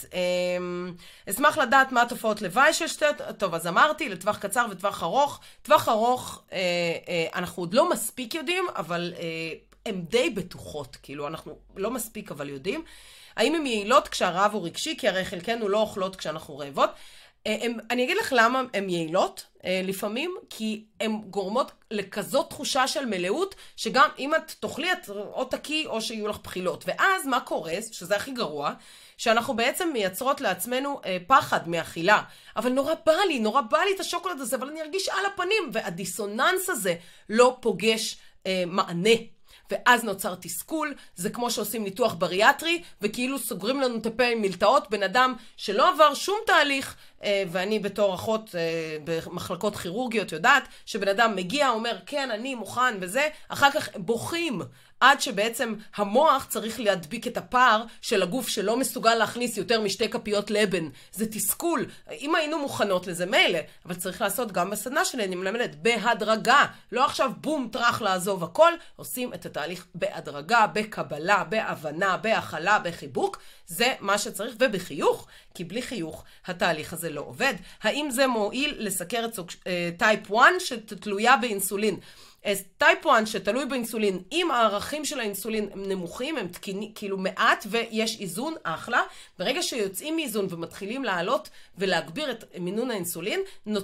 S1: אשמח לדעת מה התופעות לוואי של שתי, טוב, אז אמרתי, לטווח קצר וטווח ארוך. טווח ארוך אנחנו עוד לא מספיק יודעים, אבל הן די בטוחות, כאילו אנחנו לא מספיק אבל יודעים. האם הן יעילות כשהרעב הוא רגשי? כי הרי חלקנו לא אוכלות כשאנחנו רעבות. אני אגיד לך למה הן יעילות לפעמים, כי הן גורמות לכזאת תחושה של מלאות, שגם אם את תאכלי את או תקי או שיהיו לך בחילות. ואז מה קורה, שזה הכי גרוע, שאנחנו בעצם מייצרות לעצמנו פחד מאכילה. אבל נורא בא לי את השוקולד הזה, אבל אני ארגיש על הפנים, והדיסוננס הזה לא פוגש מענה. ואז נוצר תסכול, זה כמו שעושים ניתוח בריאטרי, וכאילו סוגרים לנו את הפה עם מלטעות, בן אדם שלא עבר שום תהליך, ואני בתור אחות במחלקות כירורגיות יודעת, שבן אדם מגיע, אומר, כן, אני מוכן וזה, אחר כך בוכים, עד שבעצם המוח צריך להדביק את הפער של הגוף שלא מסוגל להכניס יותר משתי כפיות לבן. זה תסכול. אם היינו מוכנות לזה מילא, אבל צריך לעשות גם בסדנה שלי, אני מלמדת, בהדרגה. לא עכשיו בום, טרח לעזוב הכל, עושים את התהליך בהדרגה, בקבלה, בהבנה, בהכלה, בחיבוק. זה מה שצריך, ובחיוך, כי בלי חיוך התהליך הזה לא עובד. האם זה מועיל לסכרת סוג טייפ 1 שתלויה באינסולין? טייפ 1 שתלוי באינסולין, אם הערכים של האינסולין הם נמוכים, הם תקינים, כאילו מעט ויש איזון, אחלה. ברגע שיוצאים מאיזון ומתחילים לעלות ולהגביר את מינון האינסולין,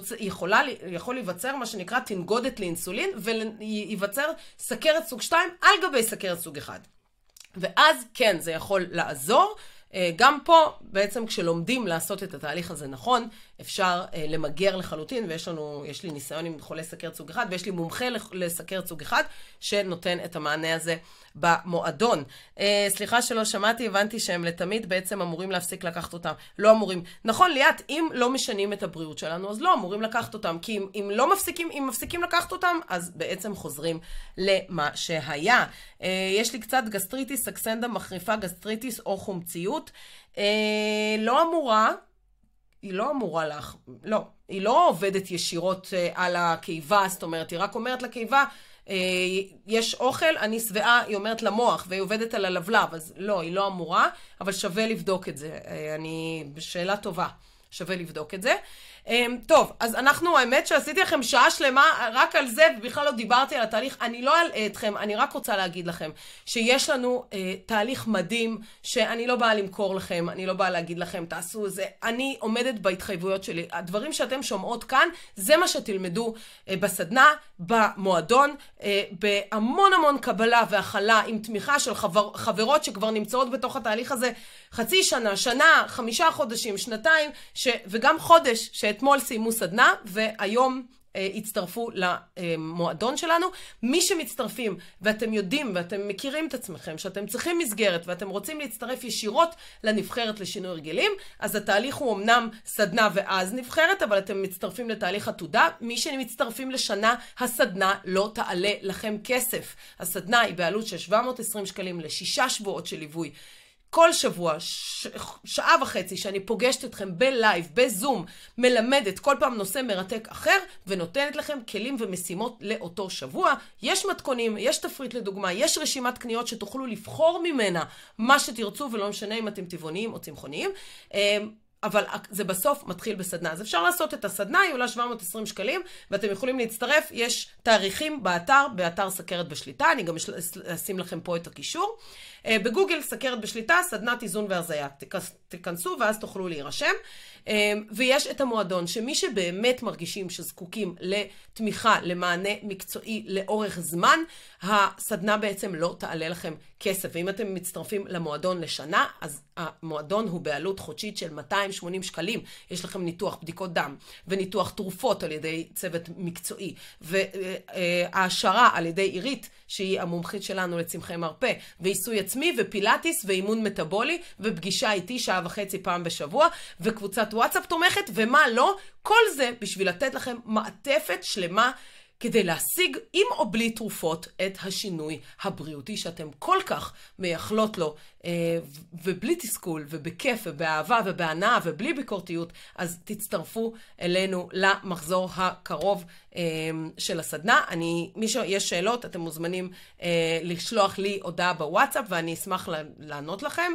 S1: יכול להיווצר מה שנקרא תנגודת לאינסולין, וייווצר סכרת סוג 2 על גבי סכרת סוג 1. ואז כן, זה יכול לעזור. גם פה, בעצם כשלומדים לעשות את התהליך הזה נכון, אפשר למגר לחלוטין, יש לי ניסיון עם חולי סכרת סוג 1, ויש לי מומחה לסכרת סוג 1, שנותן את המענה הזה במועדון. סליחה שלא שמעתי, הבנתי שהם לתמיד בעצם אמורים להפסיק לקחת אותם. לא אמורים. נכון, ליאת, אם לא משנים את הבריאות שלנו, אז לא אמורים לקחת אותם, כי אם מפסיקים לקחת אותם, אז בעצם חוזרים למה שהיה. יש לי קצת גסטריטיס, סקסנדה מחריפה גסטריטיס או חומציות. היא לא עובדת ישירות על הקיבה, זאת אומרת, היא רק אומרת לקיבה, יש אוכל, אני שבעה, היא אומרת למוח, והיא עובדת על הלבלב, אז לא, היא לא אמורה, אבל שווה לבדוק את זה. בשאלה טובה, שווה לבדוק את זה. טוב, אז האמת שעשיתי לכם שעה שלמה רק על זה, ובכלל לא דיברתי על התהליך. אני לא אלאה אתכם, אני רק רוצה להגיד לכם שיש לנו תהליך מדהים, שאני לא באה למכור לכם, אני לא באה להגיד לכם, תעשו זה. אני עומדת בהתחייבויות שלי. הדברים שאתם שומעות כאן, זה מה שתלמדו בסדנה, במועדון, בהמון המון קבלה והכלה, עם תמיכה של חברות שכבר נמצאות בתוך התהליך הזה, חצי שנה, שנה, 5 חודשים, שנתיים, וגם חודש שאתמול סיימו סדנה, והיום הצטרפו למועדון שלנו. מי שמצטרפים, ואתם יודעים, ואתם מכירים את עצמכם, שאתם צריכים מסגרת, ואתם רוצים להצטרף ישירות לנבחרת לשינוי הרגלים, אז התהליך הוא אמנם סדנה ואז נבחרת, אבל אתם מצטרפים לתהליך עתודה. מי שמצטרפים לשנה, הסדנה לא תעלה לכם כסף. הסדנה היא בעלות של 720 שקלים ל6 שבועות של ליווי. כל שבוע, 1.5 שעה שאני פוגשת אתכם בלייב, בזום, מלמדת כל פעם נושא מרתק אחר, ונותנת לכם כלים ומשימות לאותו שבוע. יש מתכונים, יש תפריט לדוגמה, יש רשימת קניות שתוכלו לבחור ממנה מה שתרצו, ולא משנה אם אתם טבעוניים או צמחוניים. אבל זה בסוף מתחיל בסדנה. אז אפשר לעשות את הסדנה, היא עולה 720 שקלים, ואתם יכולים להצטרף. יש תאריכים באתר סכרת בשליטה, אני גם אשים לכם פה את הקישור. בגוגל סכרת בשליטה, סדנת איזון והרזיה. תיכנסו ואז תוכלו להירשם. ויש את המועדון, שמי שבאמת מרגישים שזקוקים לתמיכה, למענה מקצועי לאורך זמן, הסדנה בעצם לא תעלה לכם כסף. ואם אתם מצטרפים למועדון לשנה, אז המועדון הוא בעלות חודשית של 280 שקלים. יש לכם ניתוח בדיקות דם, וניתוח תרופות על ידי צוות מקצועי, והעשרה על ידי עירית, שהיא המומחית שלנו לצמחי מרפא, ועיסוי עצמי, ופילאטיס, ואימון מטאבולי, ופגישה איתי 1.5 שעות פעם בשבוע, וקבוצת וואטסאפ תומכת, ומה לא, כל זה בשביל לתת לכם מעטפת שלמה, כדי להשיג עם או בלי תרופות את השינוי הבריאותי שאתם כל כך מייחלות לו, ובלי תסכול, ובכיף, ובאהבה, ובהנאה, ובלי ביקורתיות, אז תצטרפו אלינו למחזור הקרוב של הסדנה. מי שיש שאלות, אתם מוזמנים לשלוח לי הודעה בוואטסאפ, ואני אשמח לענות לכם,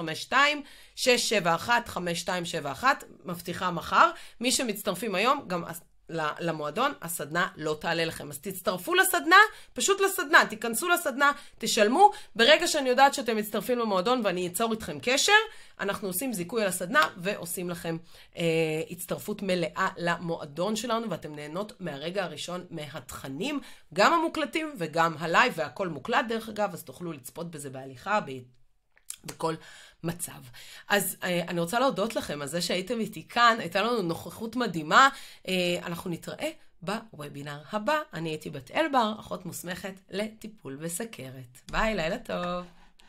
S1: 052-671-5271, מבטיחה מחר. מי שמצטרפים היום, גם למועדון, הסדנה לא תעלה לכם. אז תצטרפו לסדנה, פשוט לסדנה, תיכנסו לסדנה, תשלמו. ברגע שאני יודעת שאתם מצטרפים למועדון ואני אצור איתכם קשר, אנחנו עושים זיכוי על הסדנה ועושים לכם הצטרפות מלאה למועדון שלנו, ואתם נהנות מהרגע הראשון מהתכנים, גם המוקלטים וגם הלייב, והכל מוקלט דרך אגב, אז תוכלו לצפות בזה בהליכה, בכל מצב. אז אני רוצה להודות לכם על זה שהייתם איתי כאן, הייתה לנו נוכחות מדהימה, אנחנו נתראה בוובינר הבא. אני הייתי בת אלבר, אחות מוסמכת לטיפול בסכרת. ביי, לילה טוב.